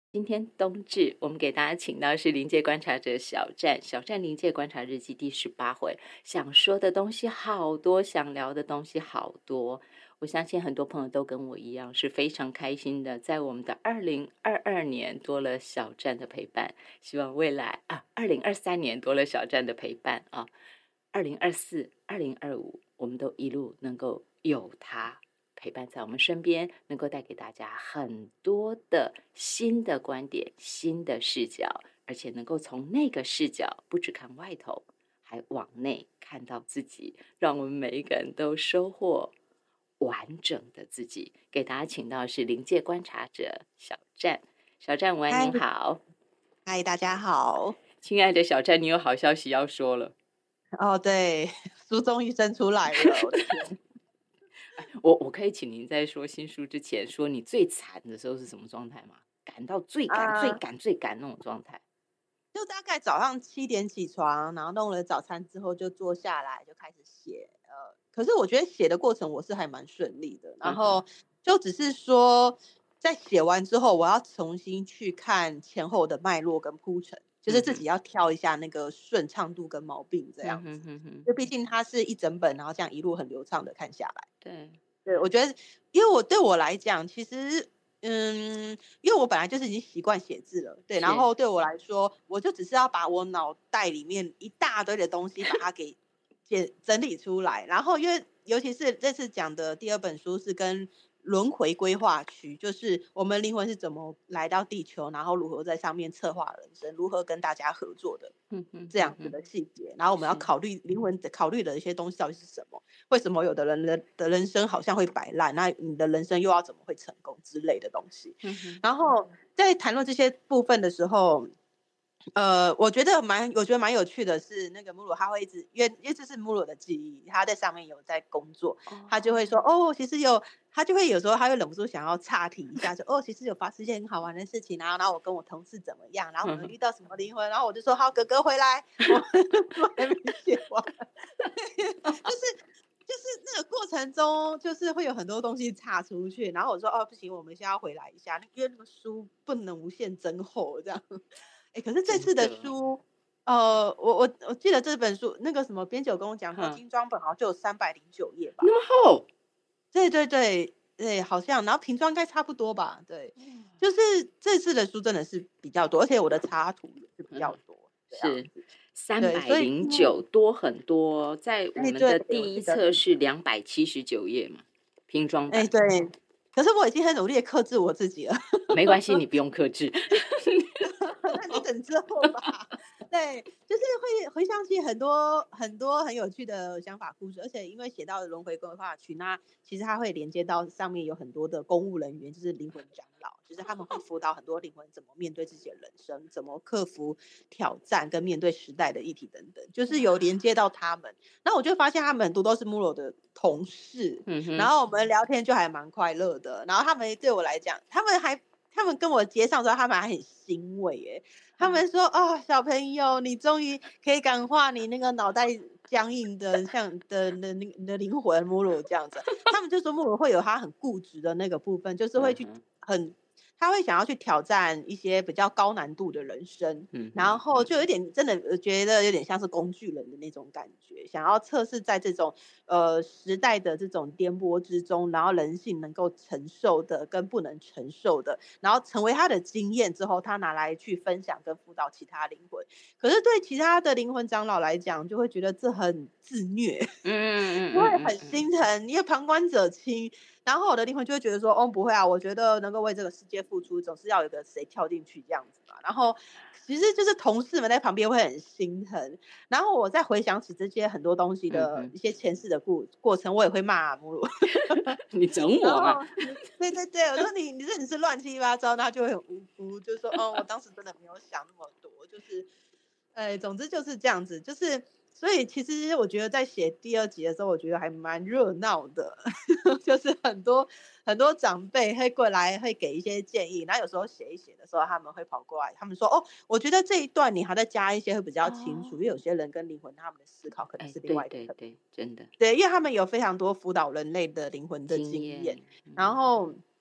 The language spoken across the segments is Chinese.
今天冬至，我们给大家请到是临界观察者小站，小站临界观察日记第18回。想说的东西好多，想聊的东西好多。我相信很多朋友都跟我一样是非常开心的，在我们的2022年多了小站的陪伴，希望未来2023年多了小站的陪伴啊，2024、2025我们都一路能够有它陪伴在我们身边，能够带给大家很多的新的观点、新的视角，而且能够从那个视角不只看外头，还往内看到自己，让我们每一个人都收获完整的自己。给大家请到的是临界观察者小站，小站午安，您好。 嗨，大家好。 亲爱的小站，你有好消息要说了。 哦，对，书终于生出来了，我的天！ 我可以请您在说新书之前，说你最惨的时候是什么状态吗？赶到最赶那种状态。 就大概早上7点起床，然后弄了早餐之后就坐下来就开始写。可是我觉得写的过程我是还蛮顺利的，然后就只是说在写完之后，我要重新去看前后的脉络跟铺陈，就是自己要挑一下那个顺畅度跟毛病这样子。就毕竟它是一整本，然后这样一路很流畅的看下来。对，我觉得，因为对我来讲，其实，因为我本来就是已经习惯写字了，对，然后对我来说，我就只是要把我脑袋里面一大堆的东西把它给整理出来，然后因为尤其是这次讲的第2本书是跟轮回规划区，就是我们灵魂是怎么来到地球，然后如何在上面策划人生，如何跟大家合作的，这样子的细节，然后我们要考虑灵魂考虑的一些东西到底是什么，为什么有的人的人生好像会摆烂，那你的人生又要怎么会成功之类的东西。然后在谈论这些部分的时候，我觉得蛮有趣的是，那个母乳他会一直，因为这是母乳的记忆，他在上面有在工作，他就会说其实他就会有时候他会忍不住想要岔题一下，说其实有发生一件很好玩的事情，然后我跟我同事怎么样，然后我们遇到什么灵魂，然后我就说好，哥哥回来，我还没写完，就是那个过程中，就是会有很多东西岔出去，然后我说不行，我们先要回来一下，因为那个书不能无限增厚这样。可是这次的书，我记得这本书那个什么编辑有跟我讲过，精装本好像就有309页吧， 那么厚。 对，好像，然后瓶装应该差不多吧，对，就是这次的书真的是比较多，而且我的插图也是比较多， 是309多很多，在我们的第一册是279页嘛，瓶装版。 对，可是我已经很努力的克制我自己了。 没关系，你不用克制。 那你等之后吧。对，就是会回想起很多很多很有趣的想法故事，而且因为写到轮回规划区，那其实它会连接到上面有很多的公务人员，就是灵魂长老，就是他们会辅导很多灵魂怎么面对自己的人生，怎么克服挑战跟面对时代的议题等等，就是有连接到他们。那我就发现他们很多都是 Muro 的同事，然后我们聊天就还蛮快乐的。然后他们对我来讲，他们跟我接上之后，他们还很欣慰耶。他们说小朋友，你终于可以感化你那个脑袋僵硬的像你的灵魂母乳这样子。他们就说母乳会有他很固执的那个部分，就是会去他会想要去挑战一些比较高难度的人生，然后就有点真的觉得有点像是工具人的那种感觉，想要测试在这种时代的这种颠簸之中，然后人性能够承受的跟不能承受的，然后成为他的经验之后，他拿来去分享跟辅导其他灵魂。可是对其他的灵魂长老来讲，就会觉得这很自虐，就会很心疼，因为旁观者清。然后我的灵魂就会觉得说，不会啊，我觉得能够为这个世界付出，总是要有个谁跳进去这样子嘛。然后其实就是同事们在旁边会很心疼。然后我再回想起这些很多东西的一些前世的过程，我也会骂母乳。 你整我嘛？ 对，我说你真的是乱七八糟，他就会很无辜，就说我当时真的没有想那么多，就是总之就是这样子，就是所以其实我觉得在写第2集的时候，我觉得还蛮热闹的。就是很多很多长辈会过来会给一些建议，然后有时候写一写的时候，他们会跑过来，他们说我觉得这一段你还再加一些会比较清楚，因为有些人跟灵魂他们的思考可能是另外一个对，真的对，因为他们有非常多辅导人类的灵魂的经验，然后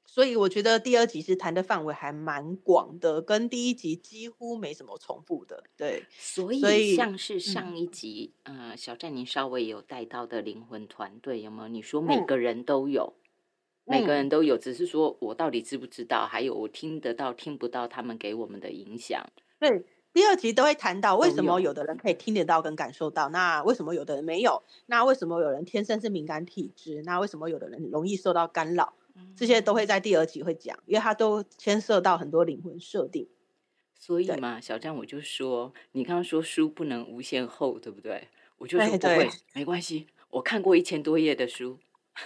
所以我觉得第二集是谈的范围还蛮广的，跟第一集几乎没什么重复的，对， 所所以以像是上一集，小站您稍微有带到的灵魂团队，有没有？你说每嗯个人都有，每个人嗯， 都有，只是说我到底知不知道，还有我听得到、听不到他们给我们的影响对，第二集都会谈到为什么都有。 有的人可以听得到跟感受到，那为什么有的人没有？那为什么有人天生是敏感体质？那为什么有的人容易受到干扰？这些都会在第二集会讲，因为它都牵涉到很多灵魂设定。对， 所以嘛，小站我就说，你刚刚说书不能无限厚，对不对？我就说对对， 不会，没关系，我看过1000多页的书，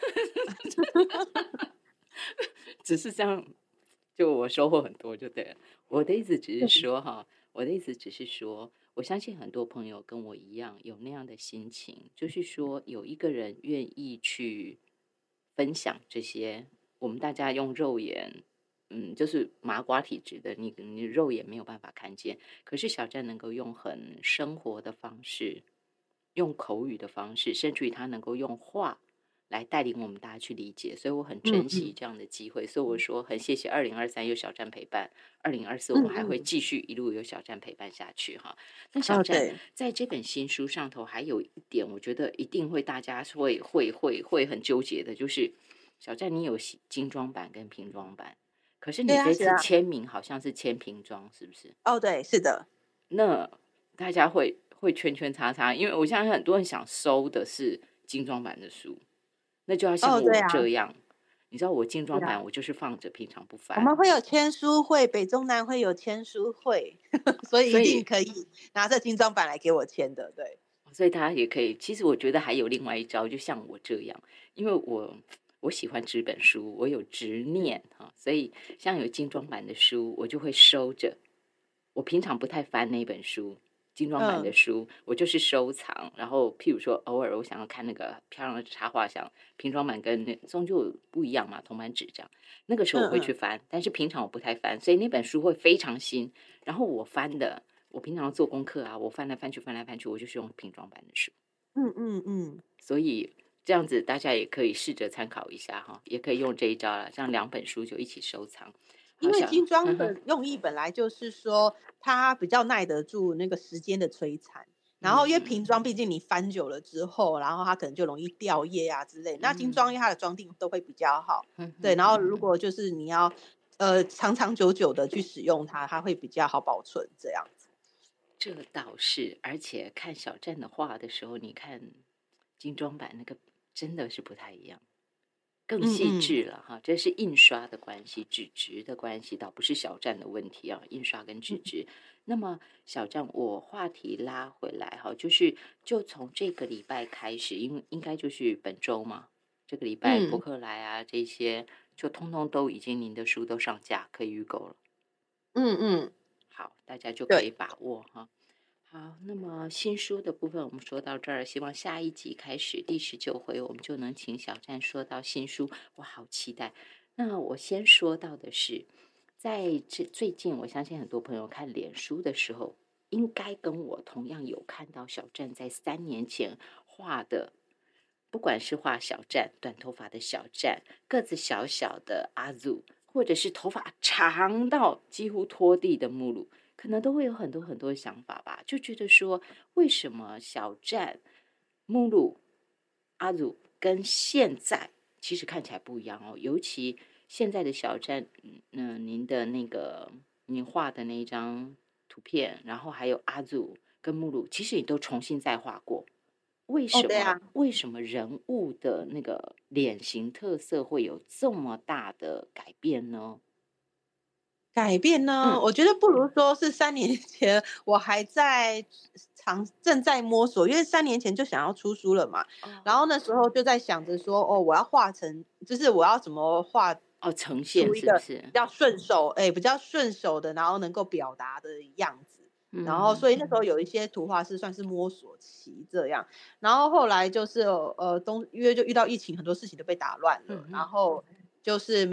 只是这样，就我收获很多就对了。我的意思只是说哈，我的意思只是说，我相信很多朋友跟我一样有那样的心情，就是说有一个人愿意去分享这些，我们大家用肉眼。就是麻瓜体质的，你肉眼没有办法看见，可是小站能够用很生活的方式，用口语的方式，甚至于他能够用话来带领我们大家去理解，所以我很珍惜这样的机会。所以我说很谢谢2023有小站陪伴，2024我们还会继续一路有小站陪伴下去哈。那小站对， 在这本新书上头还有一点，我觉得一定会大家会很纠结的，就是小站你有精装版跟平装版。可是对啊， 你这次是啊， 签名好像是签平装，是不是？ 哦，对，是的， 那大家会圈圈叉叉，因为我相信很多人想收的是精装版的书，那就要哦， 像我对啊， 这样，你知道我精装是啊， 版我就是放着，平常不翻， 我们会有签书会，北中南会有签书会，所以一定所以可以拿着精装版来给我签的，对。 大家也可以。其实我觉得还有另外一招，就像我这样，因为我喜欢纸本书，我有执念哈，所以像有精装版的书，我就会收着。我平常不太翻那本书，精装版的嗯书，我就是收藏。然后，譬如说，偶尔我想要看那个漂亮的插画，像平装版跟那终究不一样嘛，铜版纸这样。那个时候我会去翻，但是平常我不太翻，所以那本书会非常新。然后我翻的，我平常做功课啊，我翻来翻去，翻来翻去，我就是用平装版的书。 嗯， 所以这样子大家也可以试着参考一下哈，也可以用这一招了，这样2本书就一起收藏。好想， 因为精装呵呵， 的用意本来就是说它比较耐得住那个时间的摧残，然后因为瓶装毕竟你翻久了之后，然后它可能就容易掉页啊之类，那精装因为它的装订都会比较好，对，然后如果就是你要长长久久的去使用它，它会比较好保存这样子。 这倒是，而且看小站的画的时候，你看精装版那个真的是不太一样，更细嗯致了哈。这是印刷的关系，纸质的关系，倒不是小站的问题啊。印刷跟纸质。那么小站，我话题拉回来哈，就从这个礼拜开始，因为应该就是本周嘛，这个礼拜博嗯， 客来啊这些，就通通都已经您的书都上架，可以预购了。 嗯， 好，大家就可以对， 把握哈。好，那么新书的部分我们说到这儿，希望下一集开始第19回我们就能请小站说到新书，我好期待。那我先说到的是，在最近，我相信很多朋友看脸书的时候，应该跟我同样有看到小站在3年前画的，不管是画小站短头发的小站，个子小小的阿祖，或者是头发长到几乎拖地的目录。可能都会有很多很多想法吧，就觉得说，为什么小站、目录、阿鲁跟现在其实看起来不一样哦？尤其现在的小站，您的那个您画的那一张图片，然后还有阿祖跟目录，其实你都重新再画过。为哦， 什么？ 对啊。 为什么人物的那个脸型特色会有这么大的改变呢？ 改变呢， 嗯， 我觉得不如说是3年前我还在正在摸索，因为3年前就想要出书了嘛，然后那时候就在想着说，哦，我要画成，就是我要怎么画呈现出一个是不是？ 比较顺手，比较顺手的，然后能够表达的样子。然后， 嗯所以那时候有一些图画是算是摸索期这样，然后后来就是因为就遇到疫情，很多事情都被打乱了，然后就是没有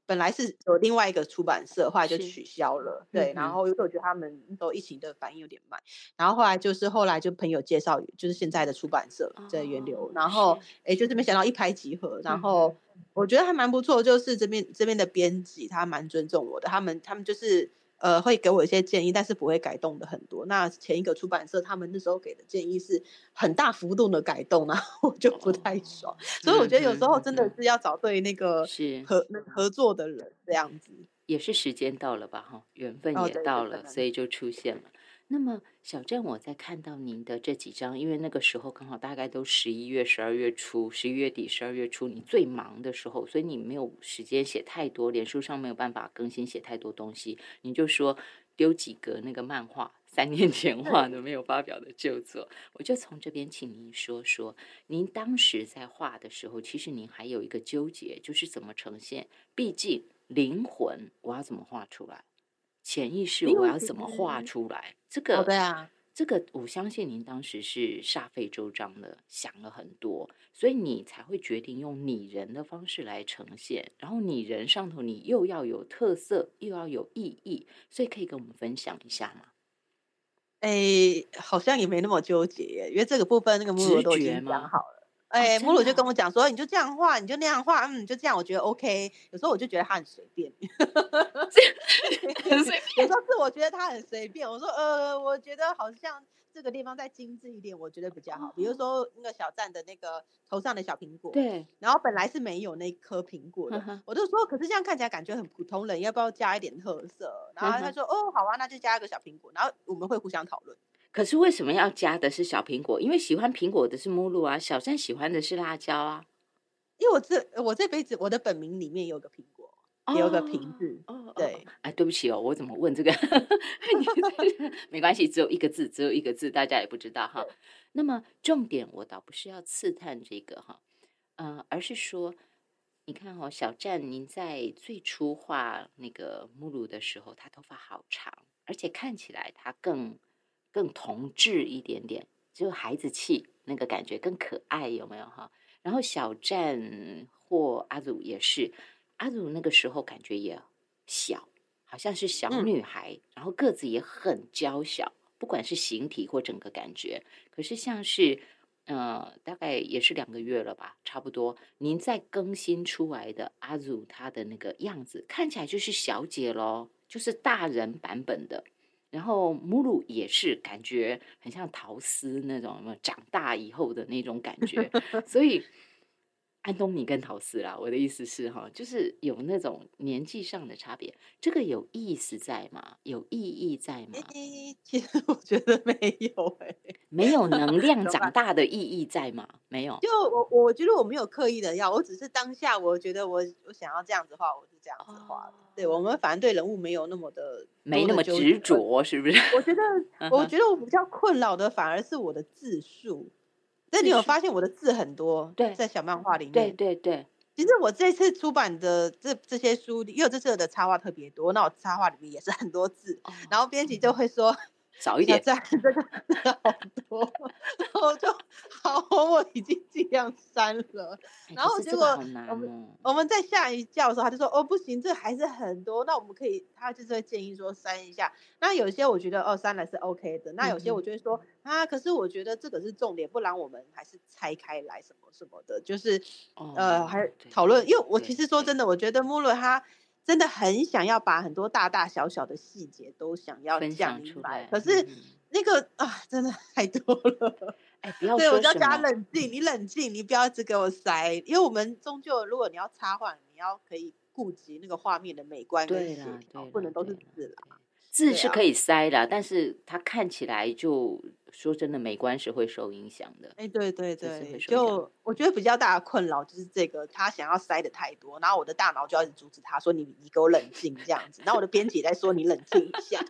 本来是有另外一个出版社，后来就是取消了，对，然嗯后因为我觉得他们都疫情的反应有点慢，然后后来就朋友介绍，就是现在的出版社在源流，然后就是没想到一拍即合，然后我觉得还蛮不错，就是这边的编辑他蛮尊重我的，他们就是会给我一些建议，但是不会改动的很多。那前一个出版社他们那时候给的建议是很大幅度的改动，然后我就不太爽，所以我觉得有时候真的是要找对那个合作的人这样子。 也是时间到了吧，缘分也到了，所以就出现了。那么小站，我在看到您的这几张，因为那个时候刚好大概都11月、12月初、11月底、12月初，你最忙的时候，所以你没有时间写太多，脸书上没有办法更新写太多东西，你就说丢几个那个漫画，3年前画的没有发表的就做。我就从这边请您说说，您当时在画的时候，其实您还有一个纠结，就是怎么呈现，毕竟灵魂我要怎么画出来，潜意识我要怎么画出来，这个对啊， 这个我相信您当时是煞费周章的想了很多，所以你才会决定用拟人的方式来呈现，然后拟人上头你又要有特色又要有意义，所以可以跟我们分享一下吗？ 好像也没那么纠结耶，因为这个部分那个目录都已经讲好了。目录就跟我讲说，你就这样画，你就那样画，就这样，我觉得 OK。有时候我就觉得他很随便，有时候是我觉得他很随便。我说我觉得好像这个地方再精致一点，我觉得比较好。比如说那个小站的那个头上的小苹果， 对， 然后本来是没有那颗苹果的，我就说，可是这样看起来感觉很普通人，要不要加一点特色？然后他说，哦，好啊，那就加一个小苹果。然后我们会互相讨论。 可是为什么要加的是小苹果？因为喜欢苹果的是目录啊，小站喜欢的是辣椒啊。 因为我这辈子我的本名里面有个苹果，也有个瓶子。对， 哎，对不起哦，我怎么问这个？没关系，只有一个字，大家也不知道哈。那么重点我倒不是要刺探这个哈，而是说，你看哦，小站您在最初画那个目录的时候，他头发好长，而且看起来他更童稚一点点，就孩子气那个感觉更可爱，有没有哈？然后小站或阿祖也是，阿祖那个时候感觉也小，好像是小女孩，然后个子也很娇小，不管是形体或整个感觉。可是像是大概也是2个月了吧，差不多。您在更新出来的阿祖她的那个样子，看起来就是小姐咯，就是大人版本的。然后母乳也是感觉很像桃丝那种长大以后的那种感觉，所以安东尼跟桃丝啦，我的意思是哈，就是有那种年纪上的差别，这个有意思在吗？有意义在吗？ 其实我觉得没有没有能量长大的意义在吗？没有。 就我觉得我没有刻意的要，我只是当下我觉得我想要这样子画，我是这样子画的。对，我们反正对人物没有那么的没那么执着，是不是？ 我觉得我比较困扰的反而是我的字数。但你有发现我的字很多？ 对， 在小漫画里面。 对。 其实我这次出版的这些书，因为这次的插画特别多，那我插画里面也是很多字，然后编辑就会说少一点， 这个好多，然后就好，我已经尽量删了。然后结果我们在下一教的时候，他就说哦不行，这还是很多，那我们可以，他就是会建议说删一下。那有些我觉得删了是 OK 的，那有些我就会说可是我觉得这个是重点，不然我们还是拆开来什么什么的，就是还讨论。因为我其实说真的，我觉得穆勒他真的很想要把很多大大小小的细节都想要讲明白，可是那个真的太多了。 不要说什么， 对，我就要叫他冷静，你冷静，你不要一直给我塞，因为我们终究如果你要插画，你要可以顾及那个画面的美观跟协调，不能都是字啦。 字是可以塞啦，但是它看起来就说真的美观是会受影响的。 对，就我觉得比较大的困扰就是这个，他想要塞的太多，然后我的大脑就要一直阻止他说你给我冷静这样子，然后我的编辑在说你冷静一下。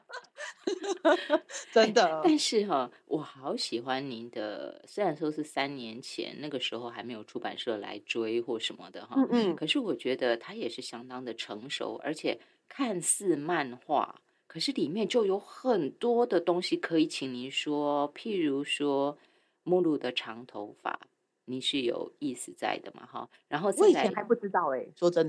真的。 但是我好喜欢您的，虽然说是3年前那个时候还没有出版社来追或什么的可是我觉得它也是相当的成熟，而且看似漫画，可是里面就有很多的东西可以请您说，譬如说目录的长头发，你是有意思在的嘛然后我以前还不知道说真的。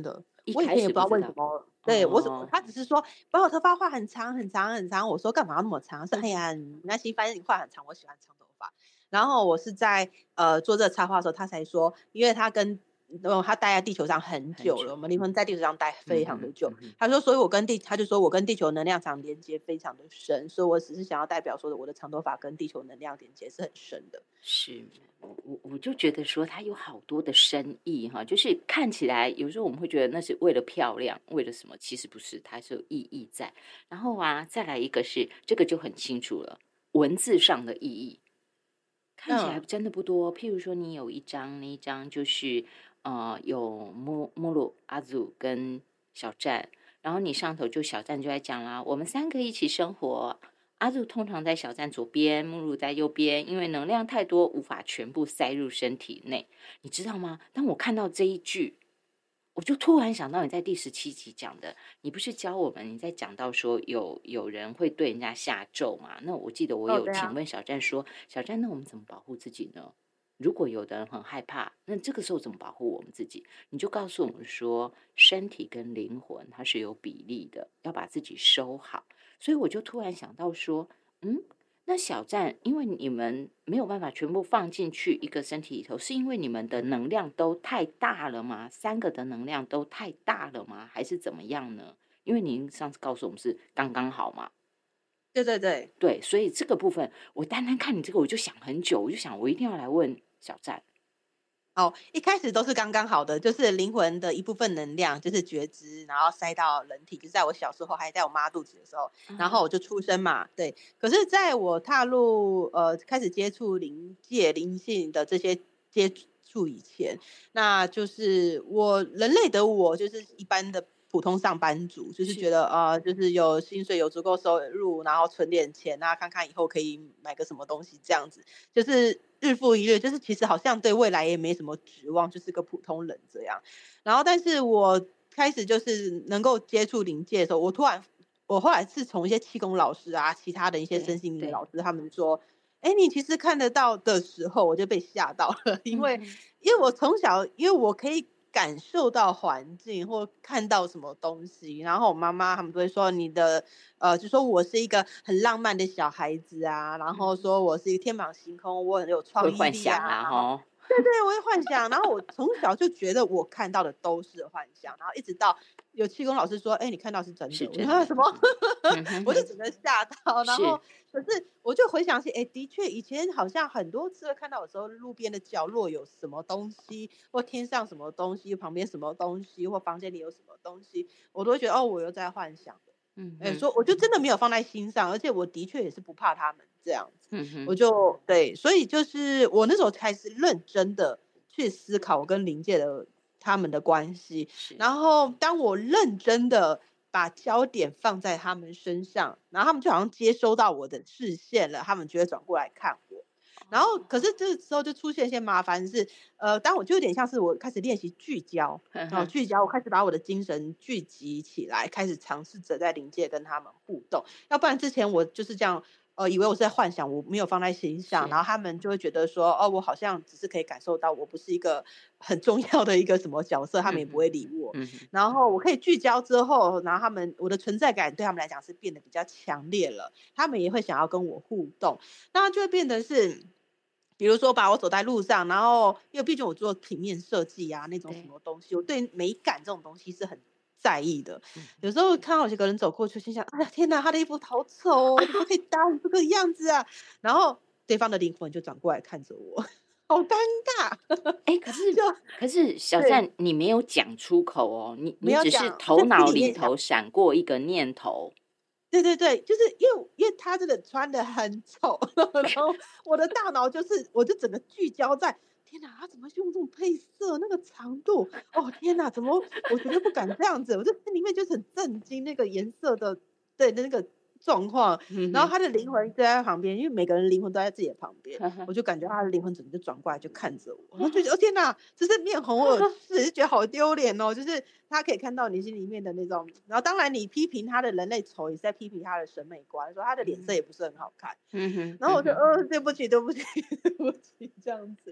一我以前也不知道开始不知道为什么，对， 哦， 他只是说把我头发画很长很长很长，我说干嘛那么长？说哎呀，没关系，反正你画很长，我喜欢长头发。然后我是在做这个插画的时候，他才说，因为他待在地球上很很久， 久了，我们灵魂在地球上待非常的久。 嗯哼， 他说，所以他就说我跟地球能量场连接非常的深，所以我只是想要代表说我的长头发跟地球能量连接是很深的。 是我就觉得说它有好多的深意哈，就是看起来有时候我们会觉得那是为了漂亮，为了什么？其实不是，它是有意义在。然后啊，再来一个是这个就很清楚了，文字上的意义看起来嗯真的不多。譬如说，你有一张，那一张就是有穆鲁阿祖跟小站，然后你上头就小站就在讲啦，我们三个一起生活。阿祖通常在小站左边，目录在右边，因为能量太多，无法全部塞入身体内。你知道吗？当我看到这一句，我就突然想到你在第17集讲的，你不是教我们你在讲到说有人会对人家下咒嘛？那我记得我有对啊， 请问小站说，小站，那我们怎么保护自己呢？如果有的人很害怕，那这个时候怎么保护我们自己？你就告诉我们说，身体跟灵魂它是有比例的，要把自己收好。所以我就突然想到说，那小站，因为你们没有办法全部放进去一个身体里头，是因为你们的能量都太大了吗？三个的能量都太大了吗？还是怎么样呢？因为您上次告诉我们是刚刚好嘛， 对对对。 对，所以这个部分我单单看你这个我就想很久，我就想我一定要来问小站。 哦，一开始都是刚刚好的，就是灵魂的一部分能量，就是觉知，然后塞到人体。就是在我小时候还在我妈肚子的时候，然后我就出生嘛，对。可是在我踏入开始接触灵界、灵性的这些接触以前，那就是人类的我就是一般的普通上班族，就是觉得就是有薪水有足够收入，然后存点钱啊，看看以后可以买个什么东西这样子。就是日复一日，就是其实好像对未来也没什么指望，就是个普通人这样。然后，但是我开始就是能够接触灵界的时候，我后来是从一些气功老师啊，其他的一些身对心灵的对， 老师，他们说，哎，你其实看得到的时候，我就被吓到了，因为我从小，因为我可以感受到环境或看到什么东西，然后我妈妈他们都会说就说我是一个很浪漫的小孩子啊，然后说我是一个天马行空，我很有会创意力啊， 幻想啦然后哈， 对对，我会幻想，然后我从小就觉得我看到的都是幻想，然后一直到有气功老师说，哎，你看到是真的，我是真的， 说什么？我就哼， 整个吓到，然是后可是我就回想起，哎，的确以前好像很多次会看到，有时候路边的角落有什么东西，或天上什么东西，旁边什么东西，或房间里有什么东西，我都会觉得哦，我又在幻想的。说我就真的没有放在心上，而且我的确也是不怕他们这样子，我就对，所以就是我那时候开始认真的去思考我跟灵界的他们的关系， 是然后当我认真的把焦点放在他们身上，然后他们就好像接收到我的视线了，他们就会转过来看我。然后，可是这时候就出现一些麻烦是，当我就有点像是我开始练习聚焦，聚焦，我开始把我的精神聚集起来，开始尝试着在临界跟他们互动。要不然之前我就是这样，以为我是在幻想，我没有放在心上，然后他们就会觉得说，哦，我好像只是可以感受到，我不是一个很重要的一个什么角色，他们也不会理我。然后我可以聚焦之后，然后我的存在感对他们来讲是变得比较强烈了，他们也会想要跟我互动，那就会变得是。比如说，把我走在路上，然后因为毕竟我做平面设计啊，那种什对， 么东西，我对美感这种东西是很在意的。有时候看到有个人走过去，心想：哎呀，天哪，他的衣服好丑哦，怎么可以搭成这个样子啊？然后对方的灵魂就转过来看着我，好尴尬。 哎，可是就可是小对， 赞，你没有讲出口哦，你没你只是有讲，我在头脑心里面想。 里头闪过一个念头， 对对对，就是因为他真的穿的很丑，然后我的大脑我就整个聚焦在，天哪，他怎么用这种配色，那个长度，哦天哪，怎么我绝对不敢这样子，我就心里面就是很震惊那个颜色的对那个状况，然后他的灵魂就在旁边，因为每个人灵魂都在自己的旁边，我就感觉他的灵魂整个就转过来就看着我，然后就觉得哦天哪，这是面红耳赤，就觉得好丢脸哦，就是他可以看到你心里面的那种，然后当然你批评他的人类丑，也是在批评他的审美观，说他的脸色也不是很好看，然后我就对不起对不起对不起这样子，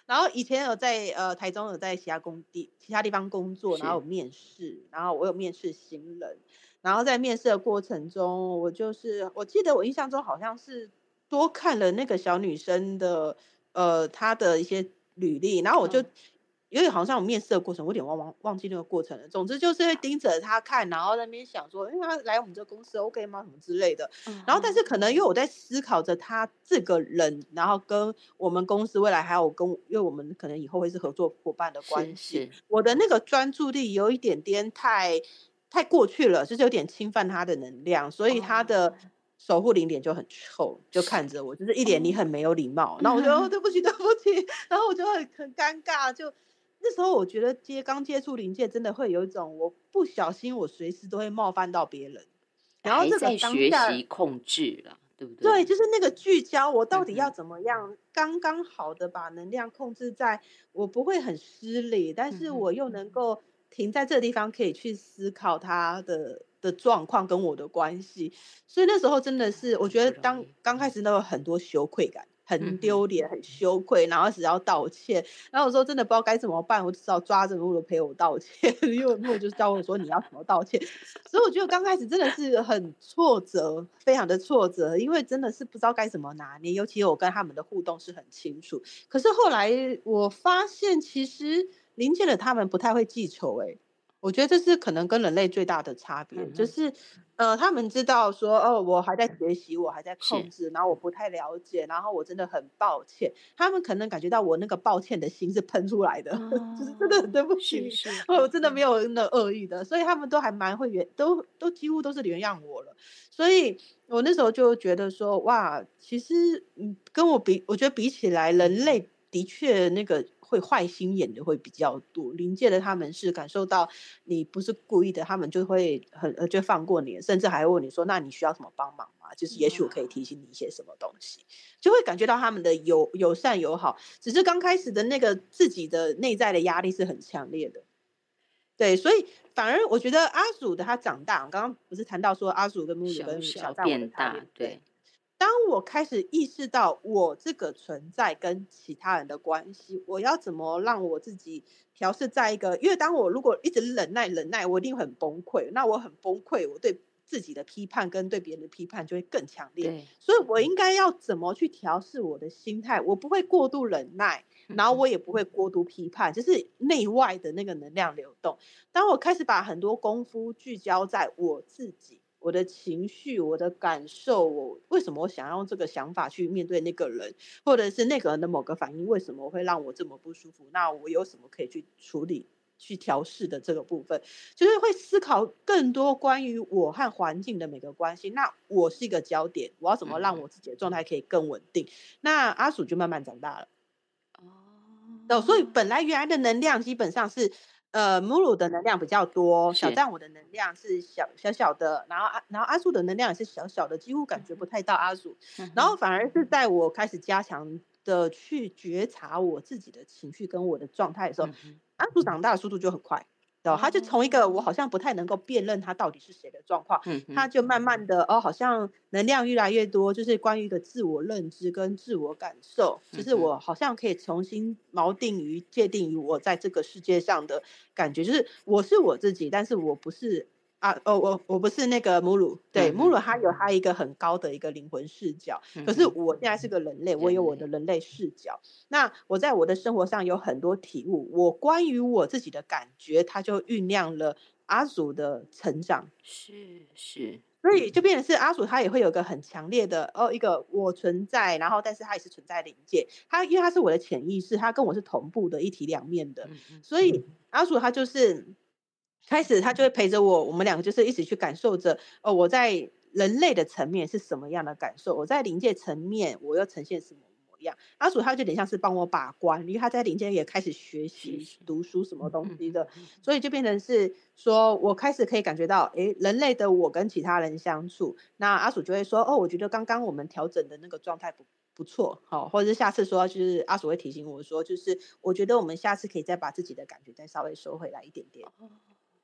然后以前有在台中有在其他地方工作，然后有是， 面试，然后我有面试新人，然后在面试的过程中，我记得我印象中好像是多看了那个小女生的她的一些履历，然后我就嗯有点好像我面试的过程，我有点忘记那个过程了。总之就是会盯着她看，然后在那边想说，因为她来我们这公司 OK 吗？什么之类的。然后但是嗯哼， 可能因为我在思考着他这个人，然后跟我们公司未来还有因为我们可能以后会是合作伙伴的关系， 是是， 我的那个专注力有一点点太过去了，就是有点侵犯他的能量，所以他的哦， 守护灵脸就很臭，就是看着我，就是一脸你哦， 很没有礼貌，那我就对不起对不起，然后我就很尴尬，就那时候我觉得刚接触灵界真的会有一种我不小心我随时都会冒犯到别人。然后这个还在当下学习控制了，对不对， 对？ 就是那个聚焦，我到底要嗯哼， 怎么样刚刚好的把能量控制在我不会很失礼，但嗯哼， 是我又能够停在这个地方，可以去思考他的状况跟我的关系。所以那时候真的是，我很觉得不容易。 刚开始都有很多羞愧感，很嗯哼， 丢脸，很羞愧，然后只要道歉。然后有时候真的不知道该怎么办，我只好抓着露露陪我道歉，因为露露就教我说你要怎么道歉。所以我觉得刚开始真的是很挫折，非常的挫折，因为真的是不知道该怎么拿捏，尤其我跟他们的互动是很清楚。可是后来我发现，其实临界的他们不太会记仇、欸，我觉得这是可能跟人类最大的差别， 嗯哼， 就是他们知道说，哦，我还在学习，我还在控是制，然后我不太了解，然后我真的很抱歉。他们可能感觉到我那个抱歉的心是喷出来的，就是真的很哦， 对不起你， 是是， 我真的没有那恶意的，所以他们都还蛮会都几乎都是原谅我了。所以我那时候就觉得说，哇，其实跟我觉得比起来，人类的确那个会坏心眼的会比较多。临界的他们是感受到你不是故意的，他们就会就放过你，甚至还会问你说，那你需要什么帮忙吗？就是也许我可以哇， 提醒你一些什么东西，就会感觉到他们的友善友好。只是刚开始的那个自己的内在的压力是很强烈的。对，所以反而我觉得阿祖的他长大，我刚刚不是谈到说阿祖跟木鲁跟小小小赞我的变大， 差别，对。 对， 当我开始意识到我这个存在跟其他人的关系，我要怎么让我自己调试在一个，因为当我如果一直忍耐，我一定很崩溃。那我很崩溃，我对自己的批判跟对别人的批判就会更强烈。 对， 所以我应该要怎么去调试我的心态？我不会过度忍耐，然后嗯哼， 我也不会过度批判，就是内外的那个能量流动。当我开始把很多功夫聚焦在我自己、我的情绪、我的感受，我为什么我想要用这个想法去面对那个人，或者是那个人的某个反应，为什么会让我这么不舒服？那我有什么可以去处理？去调试的这个部分，就是会思考更多关于我和环境的每个关系。那我是一个焦点，我要怎么让嗯， 我自己的状态可以更稳定？那阿鼠就慢慢长大了。所以哦， 本来原来的能量基本上是，母乳的能量比较多，小是， 站我的能量是小的，然后阿树的能量也是小小的，几乎感觉不太到阿树，然后嗯哼， 反而是在我开始加强的去觉察我自己的情绪跟我的状态的时候， 嗯哼， 阿树长大的速度就很快。他就从一个我哦， 好像不太能够辨认他到底是谁的状况， 嗯哼， 他就慢慢的好像能量越来越多，就是关于一个自我认知跟自我感受，就是嗯哼， 我好像可以重新界定于我在这个世界上的感觉，就是我是我自己，但是我不是我不是那个母乳，对， 嗯哼， 母乳它有它一个很高的一个灵魂视角，可是嗯哼， 我现在是个人类，我有人类， 我的人类视角，那我在我的生活上有很多体悟，我关于我自己的感觉，它就酝酿了阿祖的成长。 是是， 所以就变成是阿祖，他也会有个很强烈的一个我存在，然后但是他也是存在灵界，因为他是我的潜意识，他跟我是同步的一体两面的， 嗯哼， 所以阿祖他就是开始他就会陪着我，我们两个就是一起去感受着我在人类的层面是什么样的感受，我在灵界层面我又呈现什么模样。阿祖他就有点像是帮我把关，因为他在灵界也开始学习是是， 读书什么东嗯西的， 哼嗯哼， 所以就变成是说，我开始可以感觉到，人类的我跟其他人相处，那阿鼠就会说，我觉得刚刚我们调整的那个状态不错，好，或者是下次说，就是阿鼠会提醒我说，就是我觉得我们下次可以再把自己的感觉再稍微收回来一点点。 哦。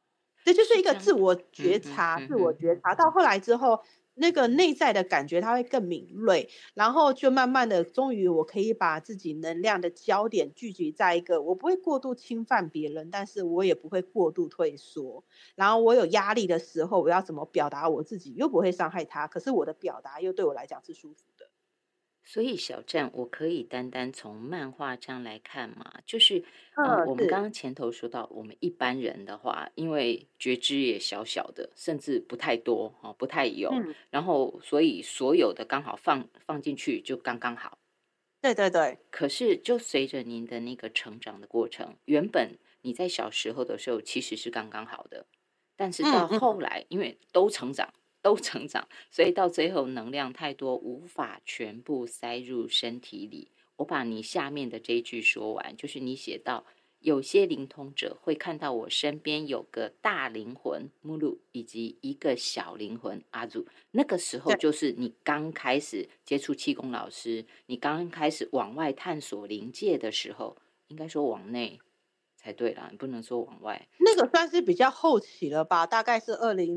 这就是一个是这样的。 自我觉嗯哼察，自我嗯哼。 觉察到后来之后，那个内在的感觉它会更敏锐，然后就慢慢的，终于我可以把自己能量的焦点聚集在一个，我不会过度侵犯别人，但是我也不会过度退缩。然后我有压力的时候，我要怎么表达我自己，又不会伤害他，可是我的表达又对我来讲是舒服的。 所以小站，我可以单单从漫画这样来看嘛？就是，我们刚是， 刚前头说到，我们一般人的话，因为觉知也小小的，甚至不太多，不太有， 嗯， 然后所以所有的刚好放进去就刚刚好。 对对对， 可是就随着您的那个成长的过程，原本你在小时候的时候其实是刚刚好的，但是到嗯嗯， 后来，因为都成长，都成长，所以到最后能量太多，无法全部塞入身体里。我把你下面的这一句说完，就是你写到有些灵通者会看到我身边有个大灵魂目录，以及一个小灵魂阿祖。那个时候对。 就是你刚开始接触气功老师，你刚开始往外探索灵界的时候，应该说往内才对啦，你不能说往外。 那个算是比较后期了吧，大概是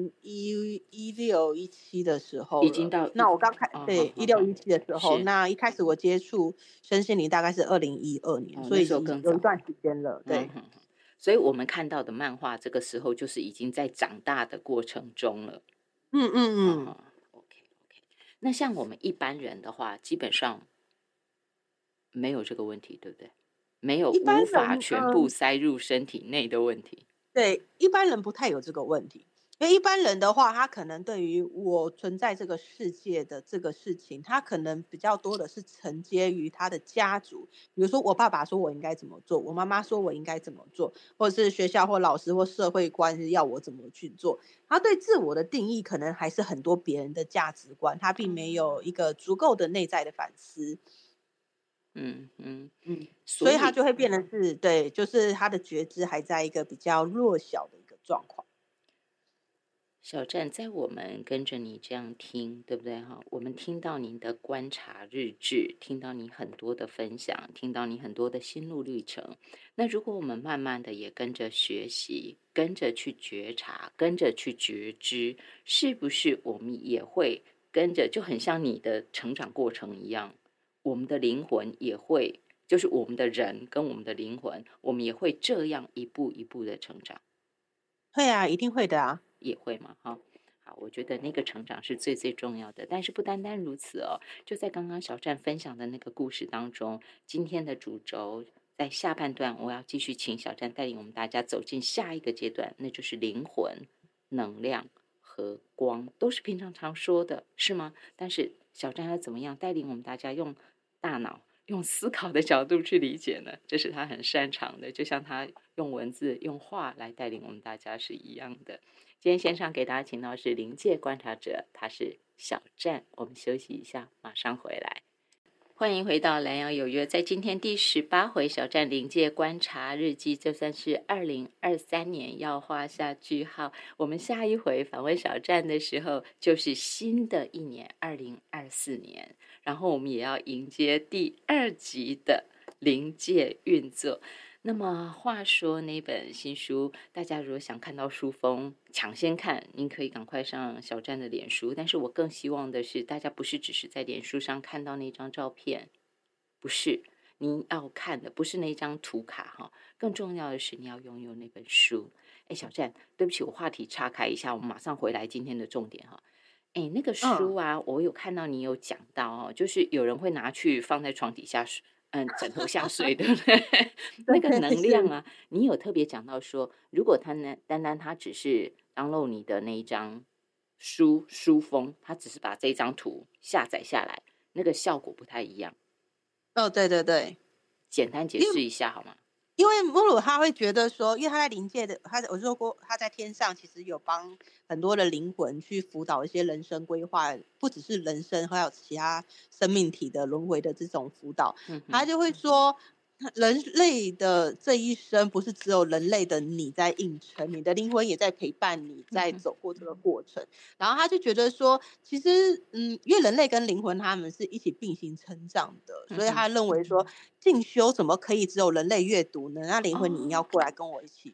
2016、17的时候已经了。 到一那我刚开哦，好对，一好好， 六一七的时候， 是那一开始我接触身心灵大概是2012年， 哦， 所以那时候更早。 有一段时间了，对。 嗯哼哼，所以我们看到的漫画，这个时候就是已经在长大的过程中了。 嗯嗯嗯， 啊哈，OK OK。那像我们一般人的话，基本上没有这个问题，对不对？没有一般无法人， 全部塞入身体内的问题。 对，一般人不太有这个问题。因为一般人的话，他可能对于我存在这个世界的这个事情，他可能比较多的是承接于他的家族，比如说我爸爸说我应该怎么做，我妈妈说我应该怎么做，或者是学校或老师或社会观要我怎么去做。他对自我的定义可能还是很多别人的价值观，他并没有一个足够的内在的反思。 嗯嗯， 所以他所以就会变成是对，就是他的觉知还在一个比较弱小的一个状况。 小站在我们跟着你这样听，对不对哈？我们听到您的观察日志，听到你很多的分享，听到你很多的心路历程。那如果我们慢慢的也跟着学习，跟着去觉察，跟着去觉知，是不是我们也会跟着，就很像你的成长过程一样，我们的灵魂也会，就是我们的人跟我们的灵魂，我们也会这样一步一步的成长。 会啊，一定会的啊。 也会嘛，哈。好，我觉得那个成长是最最重要的。但是不单单如此哦，就在刚刚小站分享的那个故事当中，今天的主轴在下半段，我要继续请小站带领我们大家走进下一个阶段，那就是灵魂、能量和光，都是平常常说的，是吗？但是小站要怎么样带领我们大家用大脑？用思考的角度去理解呢，这是他很擅长的，就像他用文字、用画来带领我们大家是一样的。今天线上给大家请到是灵界观察者，他是小站。我们休息一下，马上回来。欢迎回到蓝洋有约，在今天第18回小站灵界观察日记，就算是2023年要画下句号。我们下一回访问小站的时候，就是新的一年2024年，然后我们也要迎接第2集的灵界运作。那么话说那本新书，大家如果想看到书封抢先看，您可以赶快上小站的脸书。但是我更希望的是，大家不是只是在脸书上看到那张照片，不是，您要看的不是那张图卡哈，更重要的是你要拥有那本书。哎，小站，对不起，我话题岔开一下，我们马上回来今天的重点哈。哎，那个书啊，我有看到你有讲到哦，就是有人会拿去放在床底下枕头下睡，对不对？那个能量是， 啊，你有特别讲到说，如果他呢，单单他只是 download 你的那一张书封，他只是把这张图下载下来，那个效果不太一样。 哦，对对对。 简单解因为释一下好吗？ 因为母乳他会觉得说，因为他在灵界的，我说过他在天上其实有帮很多的灵魂去辅导一些人生规划，不只是人生，还有其他生命体的轮回的这种辅导。 嗯哼， 他就会说，人类的这一生不是只有人类的你在硬撑，你的灵魂也在陪伴你，在嗯哼， 走过这个过程。然后他就觉得说，其实，因为人类跟灵魂他们是一起并行成长的， 嗯哼， 所以他认为说，进修怎么可以只有人类阅读呢？那灵魂你要哦， 过来跟我一起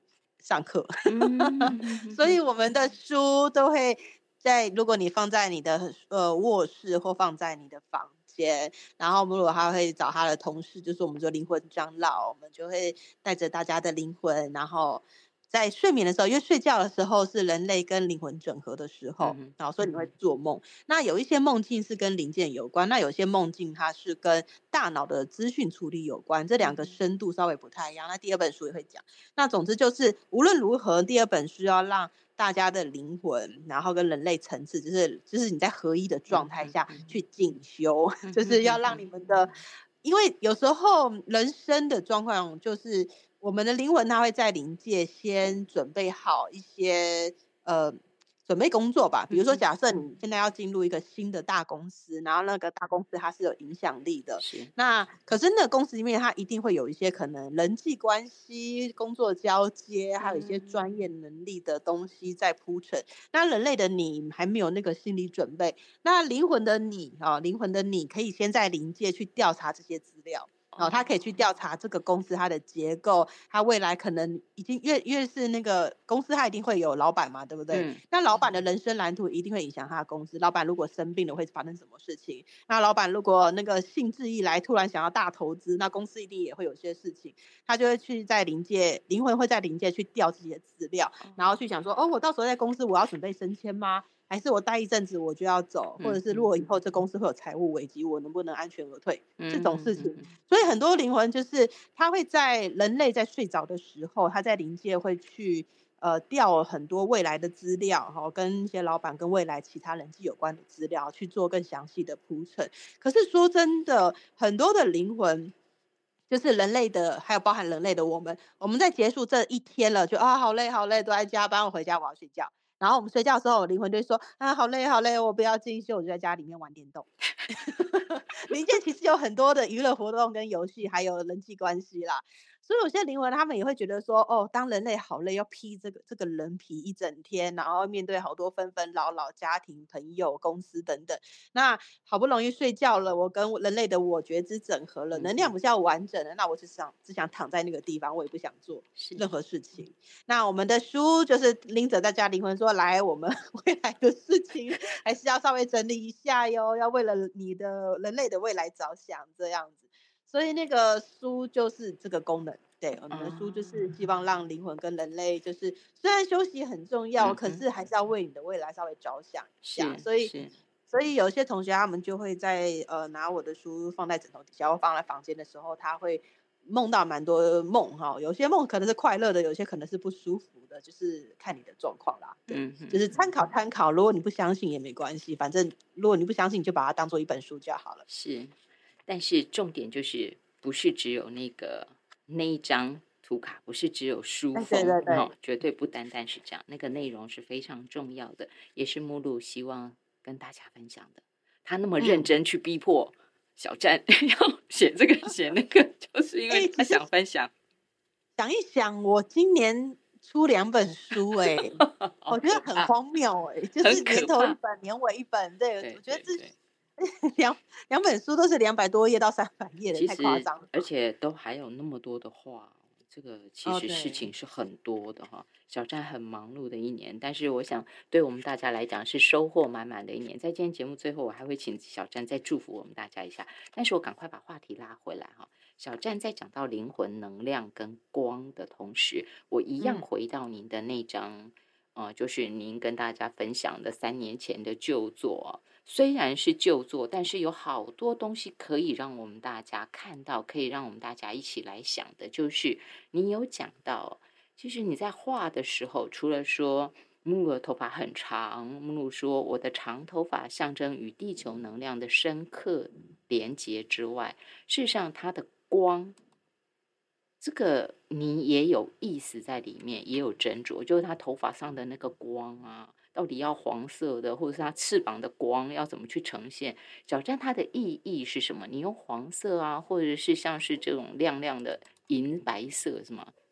上课。所以嗯， 我们的书都会如果你放在你的卧室或放在你的房间，然后如果他会找他的同事，就是我们说灵魂长老，我们就会带着大家的灵魂，然后在睡眠的时候，因为睡觉的时候是人类跟灵魂整合的时候， 嗯然后所以你会做梦。那有一些梦境是跟灵界有关，那有些梦境它是跟大脑的资讯处理有关，这两个深度稍微不太一样。那第二本书也会讲。那总之就是无论如何，第二本书要让大家的灵魂，然后跟人类层次，就是你在合一的状态下去进修，就是要让你们的，因为有时候人生的状况就是我们的灵魂它会在灵界先准备好一些准备工作吧，比如说假设你现在要进入一个新的大公司，然后那个大公司它是有影响力的， 是， 那可是那个公司里面它一定会有一些可能人际关系、工作交接，还有一些专业能力的东西在铺陈。那人类的你还没有那个心理准备，那灵魂的你可以先在灵界去调查这些资料。他可以去调查这个公司它的结构，它未来可能已经越是那个公司，它一定会有老板嘛，对不对？那老板的人生蓝图一定会影响他的公司。老板如果生病了，会发生什么事情？那老板如果那个兴致一来，突然想要大投资，那公司一定也会有些事情，他就会去在灵界，灵魂会在灵界去调这些资料，然后去想说，我到时候在公司我要准备升迁吗？还是我待一阵子我就要走，或者是如果以后这公司会有财务危机，我能不能安全而退？这种事情，所以很多灵魂就是他会在人类在睡着的时候，他在灵界会去调很多未来的资料，跟一些老板跟未来其他人际有关的资料去做更详细的铺陈。可是说真的，很多的灵魂。就是人类的，还有包含人类的我们在结束这一天了，就好累好累，都在加班，我回家我要睡觉。然后我们睡觉的时候，灵魂就说好累好累，我不要进修，我就在家里面玩电动。灵界其实有很多的娱乐活动跟游戏，还有人际关系啦。所以有些灵魂他们也会觉得说，当人类好累，要披这个人皮一整天，然后面对好多纷纷扰扰，家庭、朋友、公司等等。那好不容易睡觉了，我跟人类的我觉知整合了，能量不是要完整的，那我只想躺在那个地方，我也不想做任何事情。那我们的书就是拎着大家灵魂说，来，我们未来的事情还是要稍微整理一下哟，要为了你的人类的未来着想，这样子。所以那个书就是这个功能，对，我们的书就是希望让灵魂跟人类，就是虽然休息很重要，可是还是要为你的未来稍微着想一下。所以有些同学他们就会在拿我的书放在枕头底下，或放在房间的时候，他会梦到蛮多梦哈，有些梦可能是快乐的，有些可能是不舒服的，就是看你的状况啦。对，就是参考参考。如果你不相信也没关系，反正如果你不相信，你就把它当做一本书就好了。 是，但是重点就是不是只有那一张图卡，不是只有书封，绝对不单单是这样，那个内容是非常重要的，也是目录希望跟大家分享的。他那么认真去逼迫小站要写这个写那个，就是因为他想分享。 想一想，我今年出2本书我觉得很荒谬就是年头一本，年尾一本。对，我觉得这两本书都是200多页到300页的，太夸张了。 而且都还有那么多的话，这个其实事情是很多的哈。小站很忙碌的一年，但是我想对我们大家来讲是收获满满的一年。在今天节目最后，我还会请小站再祝福我们大家一下，但是我赶快把话题拉回来哈。小站在讲到灵魂能量跟光的同时，我一样回到您的那张就是您跟大家分享的3年前的旧作。虽然是旧作，但是有好多东西可以让我们大家看到，可以让我们大家一起来想的。就是你有讲到，其实你在画的时候，除了说木露的头发很长，木露说我的长头发象征与地球能量的深刻连结之外，事实上它的光，这个你也有意思在里面，也有斟酌，就是他头发上的那个光啊，到底要黄色的，或者是他翅膀的光要怎么去呈现？小站它的意义是什么？你用黄色啊，或者是像是这种亮亮的银白色，是吗？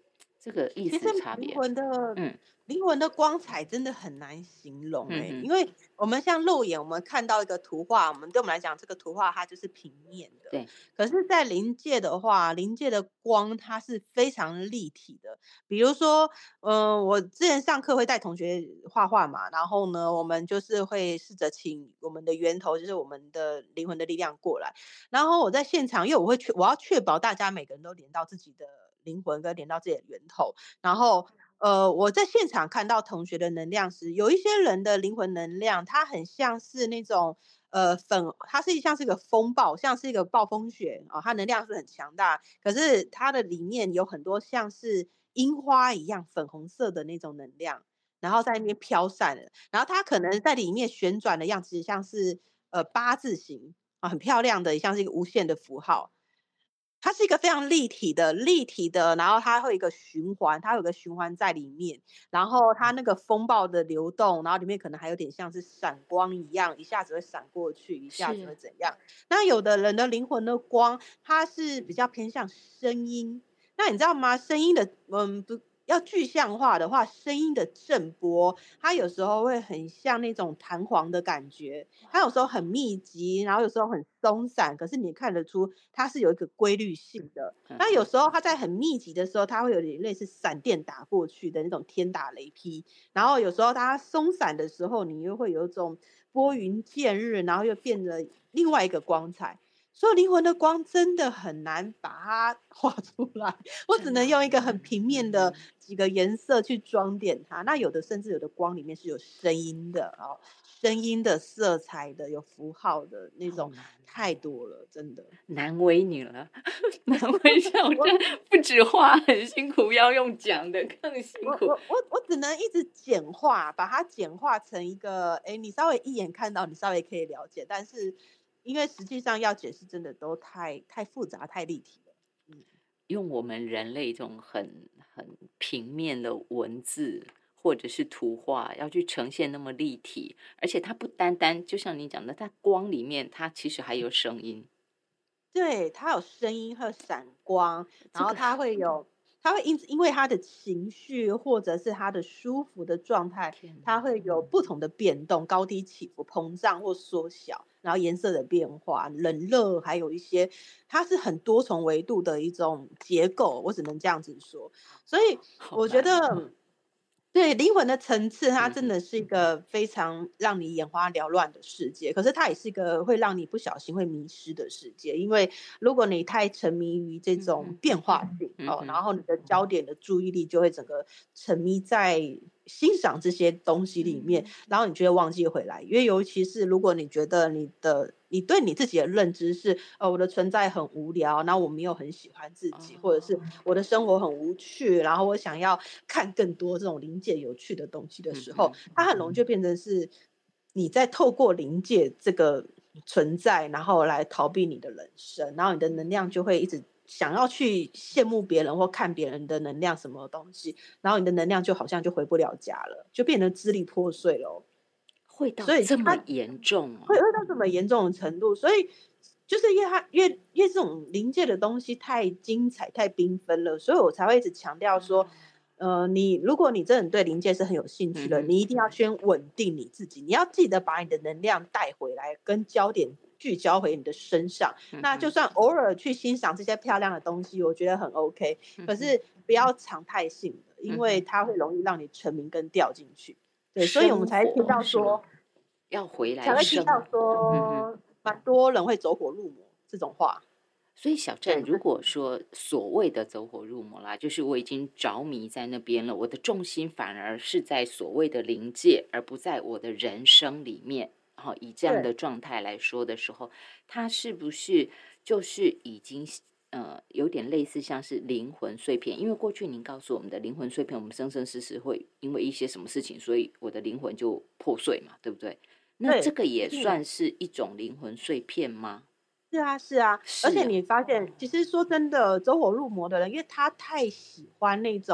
这个意其实思差别。 灵魂的嗯灵魂的光彩真的很难形容因嗯为我们像肉眼，我们看到一个图画，对我们来讲，这个图画它就是平面的。 对， 可是，在灵界的话，灵界的光它是非常立体的。比如说，我之前上课会带同学画画嘛，然后呢，我们就是会试着请我们的源头，就是我们的灵魂的力量过来。然后我在现场，因为我要确保大家每个人都连到自己的灵魂跟连到自己的源头，然后我在现场看到同学的能量时，有一些人的灵魂能量，它很像是那种它像是一个风暴，像是一个暴风雪它能量是很强大，可是它的里面有很多像是樱花一样粉红色的那种能量，然后在那边飘散了，然后它可能在里面旋转的样子像是八字形很漂亮的，像是一个无限的符号。它是一个非常立体的，然后它会有一个循环，它有个循环在里面，然后它那个风暴的流动，然后里面可能还有点像是闪光一样，一下子会闪过去，一下子会是怎样？那有的人的灵魂的光，它是比较偏向声音，那你知道吗？声音的，不要具象化的话，声音的震波，它有时候会很像那种弹簧的感觉，它有时候很密集，然后有时候很松散，可是你看得出它是有一个规律性的。那有时候它在很密集的时候，它会有点类似闪电打过去的那种天打雷劈，然后有时候它松散的时候，你又会有一种拨云见日，然后又变得另外一个光彩。所以灵魂的光真的很难把它画出来，我只能用一个很平面的几个颜色去装点它。那甚至有的光里面是有声音的声音的、色彩的、有符号的那种，太多了，真的难为你了，难为小站，不止画很辛苦，要用讲的更辛苦。 我只能一直简化，把它简化成一个，你稍微一眼看到，你稍微可以了解，但是因为实际上要解释，真的都太复杂、太立体了。 用我们人类这种很平面的文字或者是图画，要去呈现那么立体，而且它不单单就像你讲的，它光里面它其实还有声音。 对，它有声音和闪光，然后它会因为他的情绪或者是他的舒服的状态，它会有不同的变动，高低起伏、膨胀或缩小，然后颜色的变化、冷热，还有一些它是很多重维度的一种结构，我只能这样子说。所以我觉得对灵魂的层次，它真的是一个非常让你眼花缭乱的世界，可是它也是一个会让你不小心会迷失的世界。因为如果你太沉迷于这种变化性然后你的焦点的注意力就会整个沉迷在欣赏这些东西里面，然后你就会忘记回来。因为尤其是如果你觉得你对你自己的认知是我的存在很无聊，然后我没有很喜欢自己，或者是我的生活很无趣，然后我想要看更多这种灵界有趣的东西的时候，它很容易就变成是你在透过灵界这个存在，然后来逃避你的人生，然后你的能量就会一直想要去羡慕别人或看别人的能量什么东西，然后你的能量就好像就回不了家了，就变成支离破碎了。 会到所以这么严重会到这么严重的程度，所以就是因为这种灵界的东西太精彩、太缤纷了，所以我才会一直强调说，如果你真的对灵界是很有兴趣的，你一定要先稳定你自己，你要记得把你的能量带回来，跟焦点聚焦回你的身上。那就算偶尔去欣赏这些漂亮的东西，我觉得很 OK，可是不要常态性的，因为它会容易让你沉迷跟掉进去。对，所以我们才提到说要回来， 才会提到说蛮多人会走火入魔这种话。 所以小站，如果说所谓的走火入魔啦，就是我已经着迷在那边了，我的重心反而是在所谓的灵界，而不在我的人生里面。以这样的状态来说的时候，它是不是就是已经有点类似像是灵魂碎片？因为过去您告诉我们的灵魂碎片，我们生生世世会因为一些什么事情，所以我的灵魂就破碎嘛，对不对？那这个也算是一种灵魂碎片吗？ 是啊，而且你发现，其实说真的，走火入魔的人，因为他太喜欢那种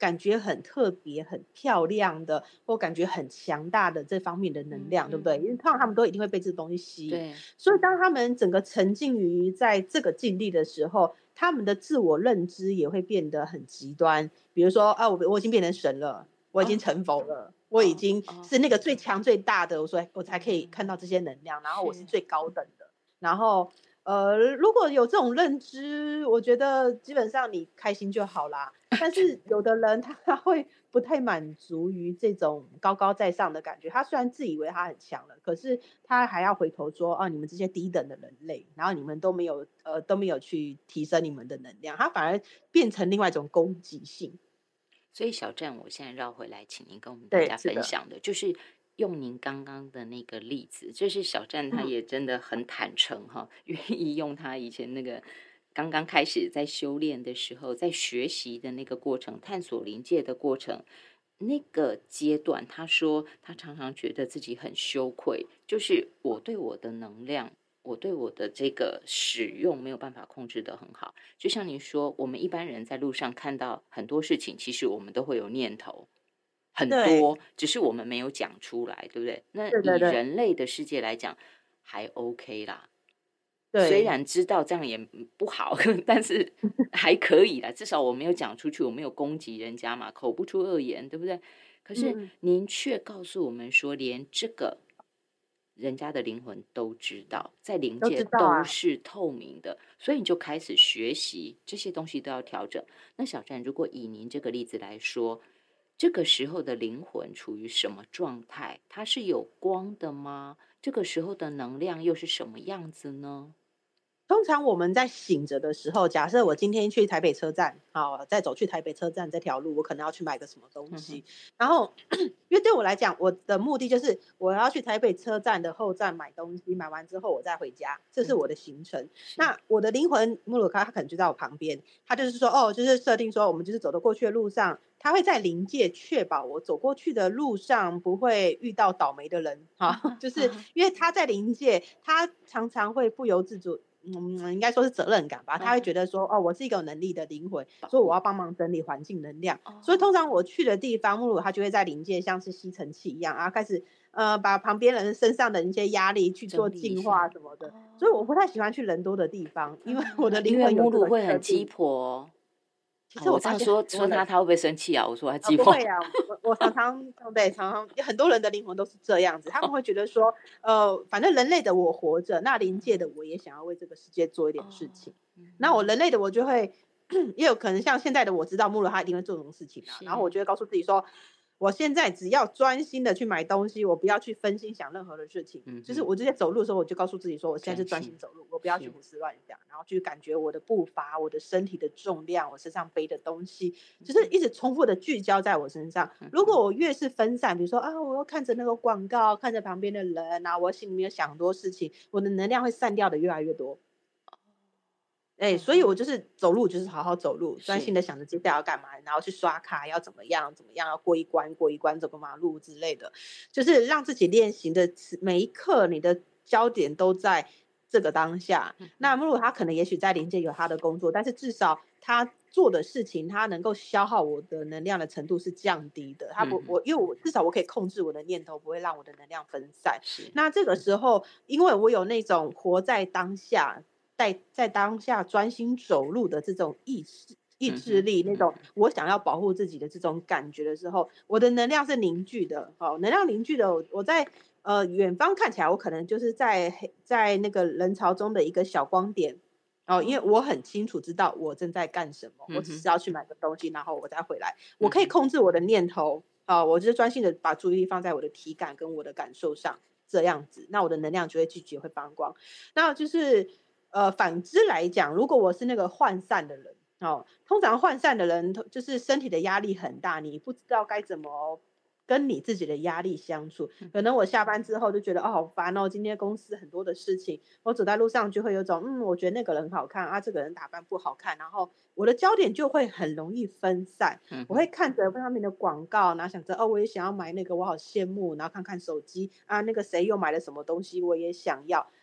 感觉很特别、很漂亮的，或感觉很强大的这方面的能量，对不对？因为通常他们都一定会被这东西吸引， 对， 所以当他们整个沉浸于在这个境地的时候，他们的自我认知也会变得很极端。比如说啊，我已经变成神了，我已经哦成佛了，我已经哦， 是那个最强最大的，所以我才可以看到这些能量，然后我是是， 最高等的。然后如果有这种认知，我觉得基本上你开心就好啦。但是有的人他会不太满足于这种高高在上的感觉，他虽然自以为他很强了，可是他还要回头说啊，你们这些低等的人类，然后你们都没有去提升你们的能量，他反而变成另外一种攻击性。 所以小站，我现在绕回来，请您跟我们大对， 家是的， 分享的，就是用您刚刚的那个例子，就是小站他嗯， 也真的很坦诚哈，愿意用他以前那个刚刚开始在修炼的时候，在学习的那个过程，探索灵界的过程。那个阶段，他说他常常觉得自己很羞愧，就是我对我的能量，我对我的这个使用没有办法控制得很好。就像你说，我们一般人在路上看到很多事情，其实我们都会有念头，很对， 多，只是我们没有讲出来，对不对？那以对对对人类的世界来讲，还 OK 啦。虽对， 然知道这样也不好，但是还可以啦，至少我没有讲出去，我没有攻击人家嘛，口不出恶言，对不对？可是嗯嗯， 您却告诉我们说，连这个人家的灵魂都知道，在灵都界知道啊。 都是透明的，所以你就开始学习这些东西都要调整。那小站，如果以您这个例子来说，这个时候的灵魂处于什么状态？它是有光的吗？这个时候的能量又是什么样子呢？ 通常我们在醒着的时候，假设我今天去台北车站，好，再走去台北车站这条路，我可能要去买个什么东嗯哼， 西。然后，因为对我来讲，我的目的就是我要去台北车站的后站买东西，买完之后我再回家，这是我的行程。 是， 那我的灵魂穆鲁卡，他可能就在我旁边，他就是说，哦，就是设定说，我们就是走得过去的路上，他会在临界确保我走过去的路上不会遇到倒霉的人，哈， 啊哈就是啊哈因为他在临界，他常常会不由自主。应该说是责任感吧。他会啊哈， 觉得说，哦，我是一个有能力的灵魂， 保护所以我要帮忙整理环境能量。所以哦， 通常我去的地方，木鲁他就会在临界像是吸尘器一样，然后开始把旁边人身上的一些压力去做整理一净化下什么的。所以我哦， 不太喜欢去人多的地方，因为我的因为母乳灵魂有这个会很鸡设定。 婆哦。啊， 其实我发我这样现很多人说他，他会不会生气啊？我说他鸡婆。 不会呀、我常常对，常常有很多人的灵魂都是这样子，他们会觉得说，反正人类的我活着，那灵界的我也想要为这个世界做一点事哦， 情。那我嗯， 人类的我就会，也有可能像现在的我知道穆鲁他一定会做这种事情啊，然后我是， 就会告诉自己说，我现在只要专心的去买东西，我不要去分心想任何的事情。就是嗯哼， 我直接走路的时候，我就告诉自己说，我现在是专专心心走路，我不要去是， 胡思乱想，然后去感觉我的步伐、我的身体的重量、我身上背的东西，就是一直重复的聚焦在我身上。如果嗯哼， 我越是分散，比如说啊，我又看着那个广告，看着旁边的人，然后我心里面想很多事情，我的能量会散掉的越来越多。哎，所以我嗯哼， 就是走路，就是好好走路，专心是， 的想着接下来要干嘛，然后去刷卡要怎么样怎么样，要过一关过一关，走个马路之类的，就是让自己练习的每一刻，你的焦点都在这个当下。 嗯哼， 那如果他可能也许在临界有他的工作，但是至少他做的事情，他能够消耗我的能量的程度是降低的。他不， 嗯哼， 我因为我至少我可以控制我的念头，不会让我的能量分散。 是， 那这个时候，因为我有那种活在当下，在当下专心走路的这种意嗯哼， 志力，那种嗯哼， 我想要保护自己的这种感觉的时候，我的能量是凝聚的。好，能量凝聚的，我在远方看起来，我可能就是在那个人潮中的一个小光点。哦，因为哦， 我很清楚知道我正在干什么，我嗯哼， 只是要去买个东西，然后我再回来。我可以嗯哼， 控制我的念头，啊，我就是专心的把注意力放在我的体感跟我的感受上，这样子，那我的能量就会聚集，会发光。那就是反之来讲，如果我是那个涣散的人，哦，通常涣散的人就是身体的压力很大，你不知道该怎么跟你自己的压力相处。 嗯可能我下班之后就觉得哦好烦哦，今天公司很多的事情，我走在路上就会有种我觉得那个人好看啊，这个人打扮不好看，然后我的焦点就会很容易分散。我会嗯哼， 看着上面的广告，然后想着哦，我也想要买那个，我好羡慕，然后看看手机啊，那个谁又买了什么东西，我也想要。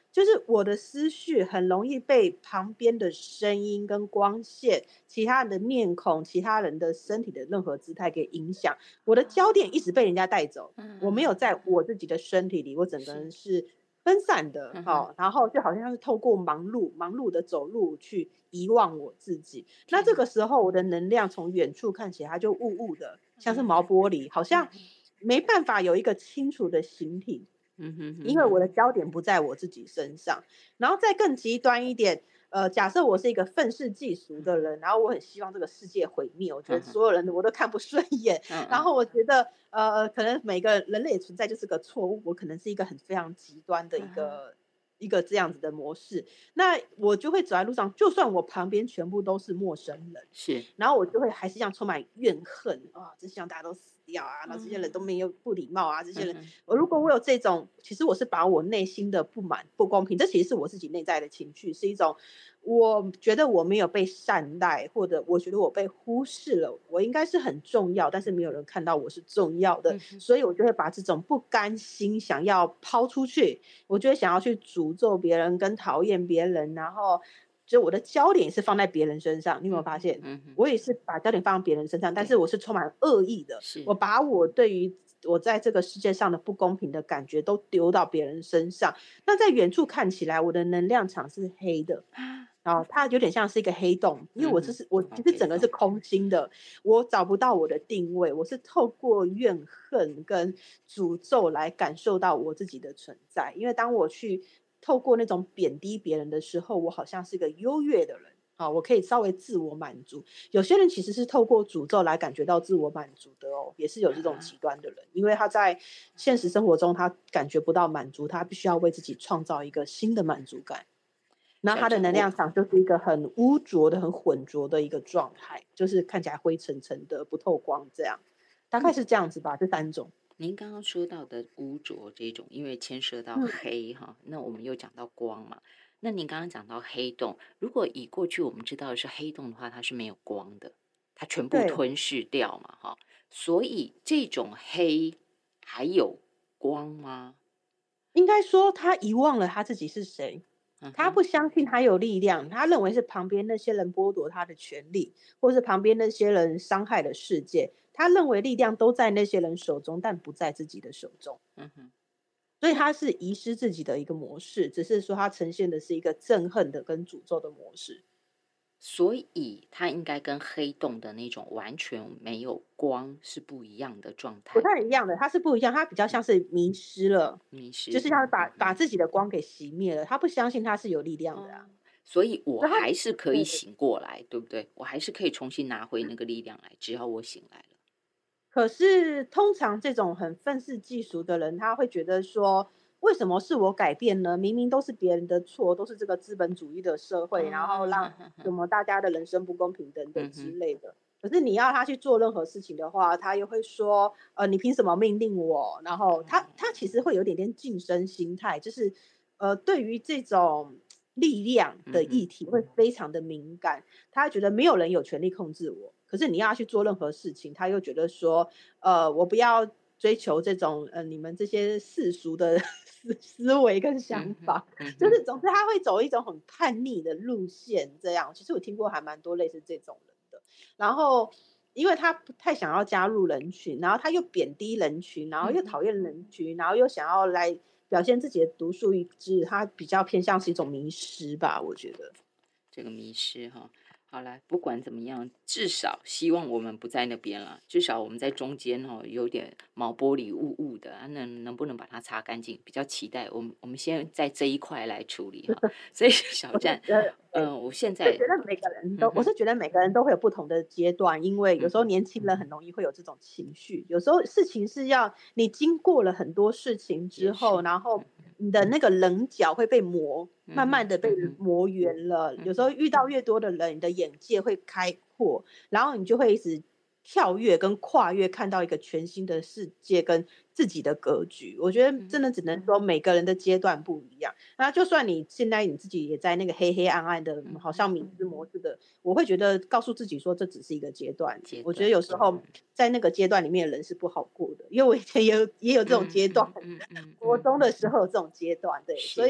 就是我的思绪很容易被旁边的声音跟光线、其他人的面孔、其他人的身体的任何姿态给影响，我的焦点一直被人家带走，我没有在我自己的身体里，我整个人是分散的，然后就好像是透过忙碌的走路去遗忘我自己。那这个时候我的能量从远处看起来它就雾雾的，像是毛玻璃，好像没办法有一个清楚的形体。因为我的焦点不在我自己身上。然后再更极端一点，假设我是一个愤世嫉俗的人，然后我很希望这个世界毁灭，我觉得所有人我都看不顺眼，然后我觉得可能每个人类存在就是个错误，我可能是一个非常极端的一个这样子的模式，那我就会走在路上，就算我旁边全部都是陌生人， 是， 然后我就会还是这样充满怨恨啊，只希望大家都死掉啊，然后这些人都没有不礼貌啊，这些人，如果我有这种，其实我是把我内心的不满、不公平，这其实是我自己内在的情绪，是一种我觉得我没有被善待，或者我觉得我被忽视了，我应该是很重要，但是没有人看到我是重要的，所以我就会把这种不甘心想要抛出去，我就会想要去诅咒别人跟讨厌别人，然后就我的焦点是放在别人身上，你有没有发现？我也是把焦点放在别人身上，但是我是充满恶意的，我把我对于我在这个世界上的不公平的感觉都丢到别人身上。那在远处看起来，我的能量场是黑的，然后它有点像是一个黑洞，因为我其实整个是空心的，我找不到我的定位，我是透过怨恨跟诅咒来感受到我自己的存在。因为当我去透过那种贬低别人的时候，我好像是个优越的人。我可以稍微自我满足。有些人其实是透过诅咒来感觉到自我满足的哦，也是有这种极端的人，因为他在现实生活中他感觉不到满足，他必须要为自己创造一个新的满足感。然后他的能量场就是一个很污浊的、很浑浊的一个状态，就是看起来灰沉沉的、不透光这样，大概是这样子吧，这3种。 您刚刚说到的污浊这种，因为牵涉到黑哈，那我们又讲到光嘛。那您刚刚讲到黑洞，如果以过去我们知道的是黑洞的话，它是没有光的，它全部吞噬掉嘛哈。所以这种黑还有光吗？ 应该说他遗忘了他自己是谁。他不相信他有力量，他认为是旁边那些人剥夺他的权利，或是旁边那些人伤害了世界。他认为力量都在那些人手中，但不在自己的手中。所以他是遗失自己的一个模式，只是说他呈现的是一个憎恨的跟诅咒的模式。 所以它应该跟黑洞的那种完全没有光是不一样的状态， 不太一样的，它是不一样，它比较像是迷失了，就是他把自己的光给熄灭了，他不相信他是有力量的啊。 所以我还是可以醒过来，对不对？我还是可以重新拿回那个力量来，只要我醒来了。 可是通常这种很愤世嫉俗的人，他会觉得说，为什么是我改变呢？明明都是别人的错，都是这个资本主义的社会，然后让什么大家的人生不公平等等之类的。可是你要他去做任何事情的话，他又会说，你凭什么命令我？然后他其实会有点晋升心态，就是对于这种力量的议题会非常的敏感，他觉得没有人有权利控制我。可是你要他去做任何事情，他又觉得说，我不要追求这种你们这些世俗的思维跟想法，就是总之他会走一种很叛逆的路线。这样，其实我听过还蛮多类似这种人的。然后，因为他不太想要加入人群，然后他又贬低人群，然后又讨厌人群，然后又想要来表现自己的独树一帜，他比较偏向是一种迷失吧，我觉得。 这个迷失哈。好了，不管怎么样，至少希望我们不在那边了。至少我们在中间有点毛玻璃雾雾的，能不能把它擦干净？比较期待。我们先在这一块来处理哈。所以小站，我现在觉得每个人都，我是觉得每个人都会有不同的阶段，因为有时候年轻人很容易会有这种情绪，有时候事情是要你经过了很多事情之后，然后你的那个棱角会被慢慢的被磨圆了。有时候遇到越多的人，你的眼界会开阔，然后你就会一直跳跃跟跨越，看到一个全新的世界跟自己的格局。我觉得真的只能说每个人的阶段不一样。那就算你现在你自己也在那个黑黑暗暗的，好像迷失模式的，我会觉得告诉自己说这只是一个阶段。我觉得有时候在那个阶段里面的人是不好过的，因为我以前也有这种阶段，国中的时候有这种阶段，对，所以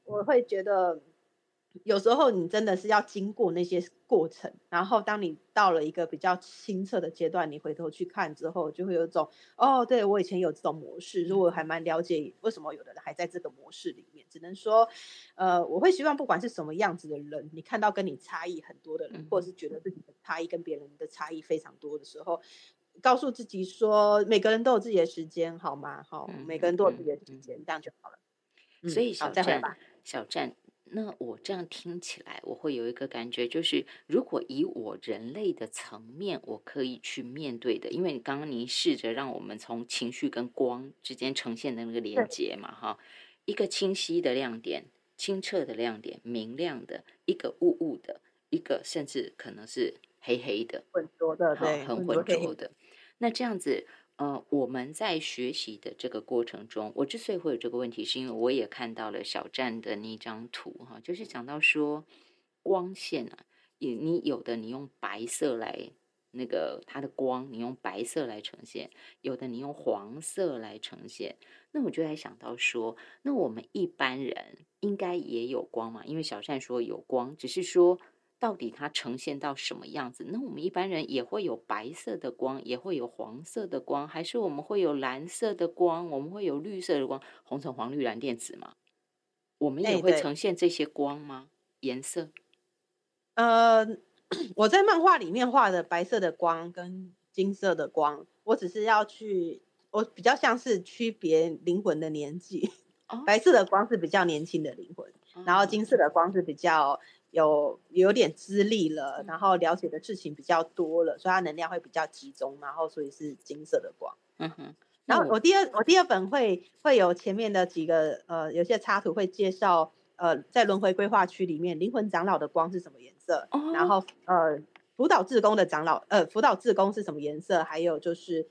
我会觉得有时候你真的是要经过那些过程，然后当你到了一个比较清澈的阶段，你回头去看之后，就会有一种哦，对我以前有这种模式，所以我还蛮了解为什么有的人还在这个模式里面。只能说，我会希望不管是什么样子的人，你看到跟你差异很多的人，或者是觉得自己的差异跟别人的差异非常多的时候，告诉自己说，每个人都有自己的时间，好吗？好，每个人都有自己的时间，这样就好了。 所以好，再回来吧。 小站，那我这样听起来，我会有一个感觉，就是如果以我人类的层面，我可以去面对的，因为刚刚您试着让我们从情绪跟光之间呈现的那个连接嘛，哈，一个清晰的亮点、清澈的亮点、明亮的，一个雾雾的，一个甚至可能是黑黑的， 混浊的， 好， 对， 很浑浊的。那这样子，我们在学习的这个过程中，我之所以会有这个问题，是因为我也看到了小站的那张图哈，就是讲到说光线啊，你有的你用白色来那个它的光，你用白色来呈现，有的你用黄色来呈现。那我就在想到说，那我们一般人应该也有光嘛？因为小站说有光，只是说到底它呈现到什么样子？那我们一般人也会有白色的光，也会有黄色的光，还是我们会有蓝色的光，我们会有绿色的光，红橙黄绿蓝靛紫吗？我们也会对， 呈现这些光吗？颜色？ 我在漫画里面画的白色的光跟金色的光，我只是要去，我比较像是区别灵魂的年纪。 哦， 白色的光是比较年轻的灵魂，然后金色的光是比较有点资历了，然后了解的事情比较多了，所以它能量会比较集中，然后所以是金色的光。 嗯哼。 然后我第二本会有前面的几个有些插图会介绍在轮回规划区里面灵魂长老的光是什么颜色，然后辅导志工的长老辅导志工是什么颜色，还有就是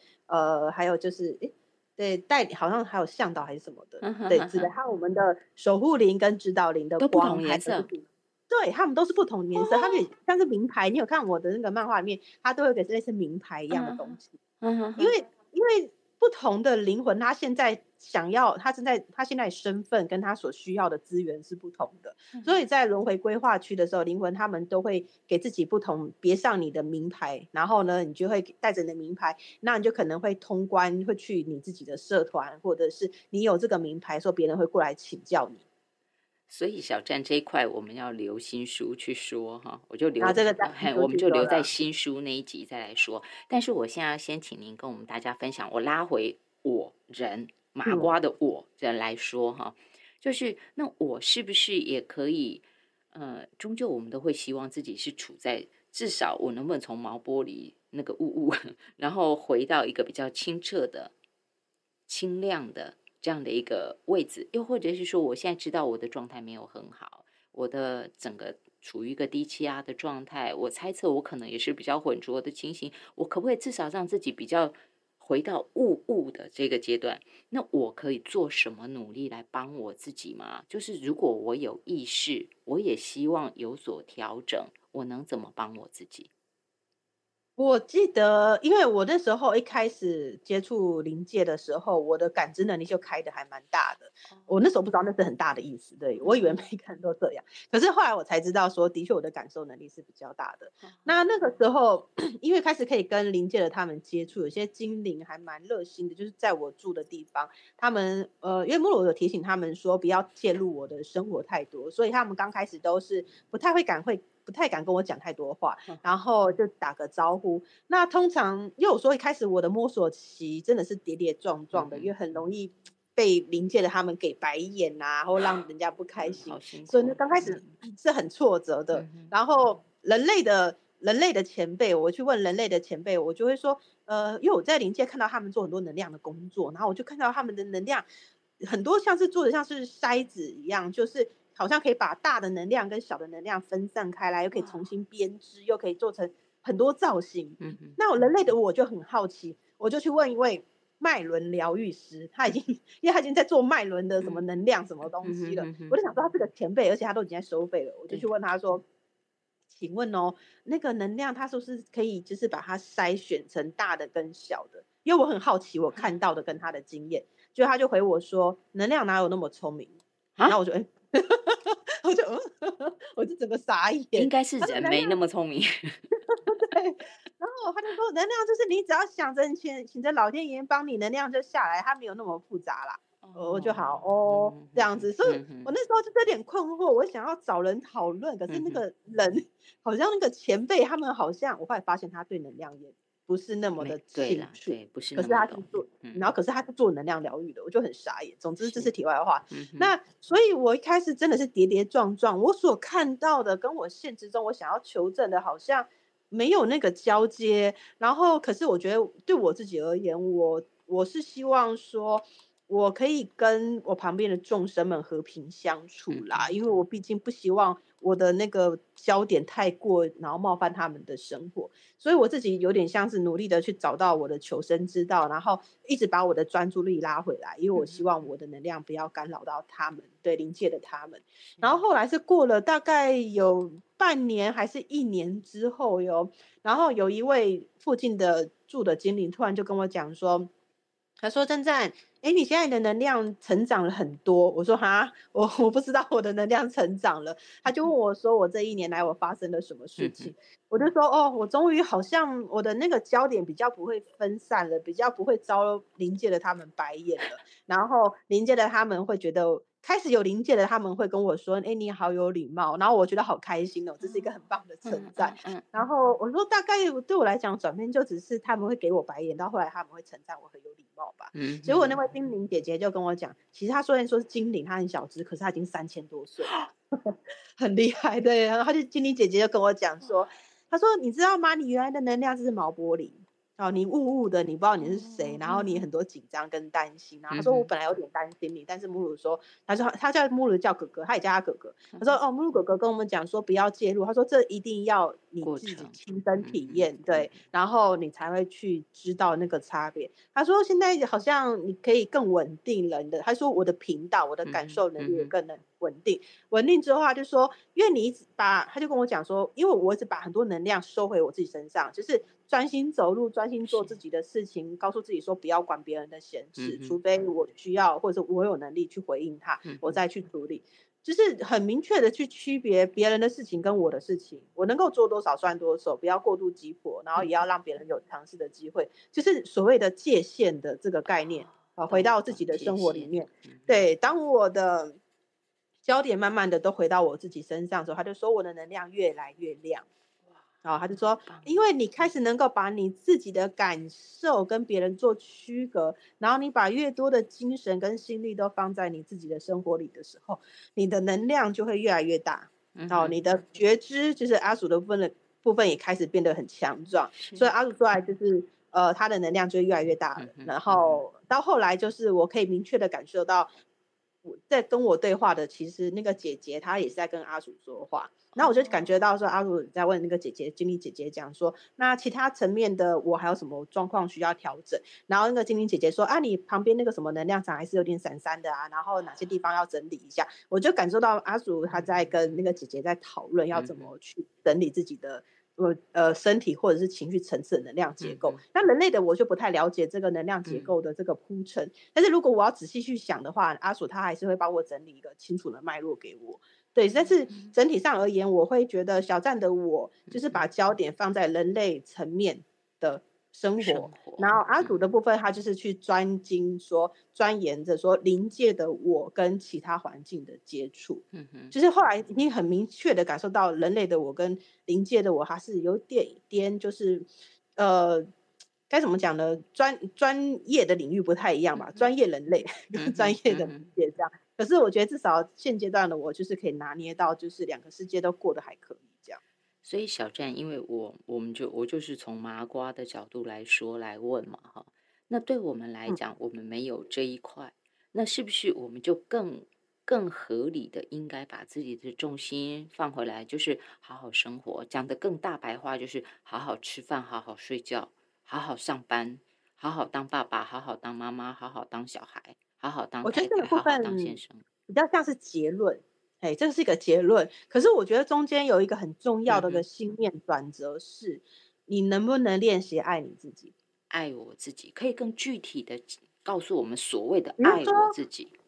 对好像还有向导还是什么的，对，指的还有我们的守护灵跟指导灵的都不光同颜色。 对，他们都是不同颜色，他们像是名牌。你有看我的那个漫画里面，它都有个类似名牌一样的东西。因为不同的灵魂，他现在他现在身份跟他所需要的资源是不同的，所以在轮回规划区的时候，灵魂他们都会给自己不同，别上你的名牌，然后呢，你就会带着你的名牌，那你就可能会通关，会去你自己的社团，或者是你有这个名牌，说别人会过来请教你。 所以小站这一块我们要留新书去说哈，我就留， 这个我们就留在新书那一集再来说。但是我现在要先请您跟我们大家分享，我拉回我人麻瓜的我人来说哈，就是那我是不是也可以，终究我们都会希望自己是处在至少我能不能从毛玻璃那个雾雾，然后回到一个比较清澈的、清亮的。这样的一个位置，又或者是说，我现在知道我的状态没有很好，我的整个处于一个低气压的状态，我猜测我可能也是比较浑浊的情形，我可不可以至少让自己比较回到雾的这个阶段？那我可以做什么努力来帮我自己吗？就是如果我有意识，我也希望有所调整，我能怎么帮我自己？ 我记得，因为我那时候一开始接触灵界的时候，我的感知能力就开的还蛮大的。我那时候不知道那是很大的意思，对，我以为每个人都这样。可是后来我才知道说，的确我的感受能力是比较大的。那个时候，因为开始可以跟灵界的他们接触，有些精灵还蛮热心的，就是在我住的地方，他们因为穆罗有提醒他们说不要介入我的生活太多，所以他们刚开始都是不太敢跟我讲太多话，然后就打个招呼。那通常因为我说一开始我的摸索期真的是跌跌撞撞的，因为很容易被临界的他们给白眼啊，或让人家不开心，所以刚开始是很挫折的。然后人类的前辈，我去问人类的前辈，我就会说，因为我在灵界看到他们做很多能量的工作，然后我就看到他们的能量很多像是做的像是筛子一样，就是好像可以把大的能量跟小的能量分散开来，又可以重新编织，又可以做成很多造型。那我人类的我就很好奇，我就去问一位脉轮疗愈师，因为他已经在做脉轮的什么能量什么东西了，我就想说他是个前辈，而且他都已经在收费了，我就去问他说，请问哦，那个能量它是不是可以就是把它筛选成大的跟小的？因为我很好奇我看到的跟他的经验，就他就回我说，能量哪有那么聪明？然后我就我就我就整个傻眼。 应该是他说能量人没那么聪明。 对，然后他就说能量就是你只要想着请着老天爷帮你，能量就下来，它没有那么复杂啦。我就好哦， 哦， 嗯这样子，所以我嗯那时候就有点困惑，我想要找人讨论，可是那个人好像那个前辈他们好像，我后来发现他对能量也不是那么的对啦， 清楚， 对，不是可是那么懂。 他是做，然后可是他是做能量疗愈的，我就很傻眼。总之这是是， 题外话。 嗯哼， 那所以我一开始真的是跌跌撞撞，我所看到的跟我现实中我想要求证的好像没有那个交接。然后可是我觉得对我自己而言，我是希望说我可以跟我旁边的众生们和平相处啦，因为我毕竟不希望我的那个焦点太过，然后冒犯他们的生活。所以我自己有点像是努力的去找到我的求生之道，然后一直把我的专注力拉回来，因为我希望我的能量不要干扰到他们，对灵界的他们。然后后来是过了大概有半年还是1年之后然后有一位附近的住的精灵突然就跟我讲说，他说：“真赞，哎，你现在的能量成长了很多。”我说：“哈，我不知道我的能量成长了。”他就问我说：“我这1年来我发生了什么事情？”我就说：“哦，我终于好像我的那个焦点比较不会分散了，比较不会招临界的他们白眼了。然后临界的他们会觉得，开始有临界的他们会跟我说：‘哎，你好有礼貌。’然后我觉得好开心哦，这是一个很棒的称赞。”然后我说大概对我来讲，转变就只是他们会给我白眼，到后来他们会称赞我很有礼貌吧。结果那位精灵姐姐就跟我讲，其实她虽然说是精灵，她很小只，可是她已经3000多岁了，很厉害。对，然后她就精灵姐姐就跟我讲说，她说你知道吗？你原来的能量就是毛玻璃。哦，你雾雾的，你不知道你是谁，然后你很多紧张跟担心。然后他说我本来有点担心你，但是母乳说，他说他叫母乳叫哥哥，他也叫他哥哥。他说哦，母乳哥哥跟我们讲说不要介入，他说这一定要你自己亲身体验，对，然后你才会去知道那个差别。他说现在好像你可以更稳定了，他说我的频道，我的感受能力也更能稳定。稳定之后，他就说，因为你一直他就跟我讲说，因为我一直把很多能量收回我自己身上，就是专心走路，专心做自己的事情，告诉自己说不要管别人的闲事，除非我需要或者我有能力去回应他，我再去处理。就是很明确的去区别别人的事情跟我的事情，我能够做多少算多少，不要过度急迫，然后也要让别人有尝试的机会，就是所谓的界限的这个概念回到自己的生活里面。对，当我的焦点慢慢的都回到我自己身上的时候，他就说我的能量越来越亮。他就说，因为你开始能够把你自己的感受跟别人做区隔，然后你把越多的精神跟心力都放在你自己的生活里的时候，你的能量就会越来越大。你的觉知就是阿鼠的部分也开始变得很强壮，所以阿鼠出来就是他的能量就越来越大了。然后到后来就是我可以明确的感受到，我在跟我对话的，其实那个姐姐她也是在跟阿鼠说话。然后我就感觉到说，阿鼠在问那个精灵姐姐讲说，那其他层面的我还有什么状况需要调整？然后那个精灵姐姐说，啊，你旁边那个什么能量场还是有点闪闪的啊，然后哪些地方要整理一下。我就感受到阿鼠她在跟那个姐姐在讨论要怎么去整理自己的身体或者是情绪层次的能量结构。那人类的我就不太了解这个能量结构的这个铺陈，但是如果我要仔细去想的话，阿鼠她还是会帮我整理一个清楚的脉络给我。对，但是整体上而言，我会觉得小站的我就是把焦点放在人类层面的生活，然后阿祖的部分，他就是去钻研着说临界的我跟其他环境的接触。就是后来已经很明确的感受到人类的我跟临界的我，它是有点就是该怎么讲呢？专业的领域不太一样吧，专业人类跟专业的理解这样。可是我觉得至少现阶段的我就是可以拿捏到，就是2个世界都过得还可以这样。 所以小站，因为我就是从麻瓜的角度来问嘛哈，那对我们来讲，我们没有这一块，那是不是我们就更合理的应该把自己的重心放回来，就是好好生活，讲得更大白话，就是好好吃饭，好好睡觉，好好上班，好好当爸爸，好好当妈妈，好好当小孩，好好当我觉得这个太太， 部好好当先分生。 比较像是结论，这是一个结论。可是我觉得中间有一个很重要的一个心念转折是，你能不能练习爱你自己？ 爱我自己，可以更具体的告诉我们所谓的比如说， 爱我自己。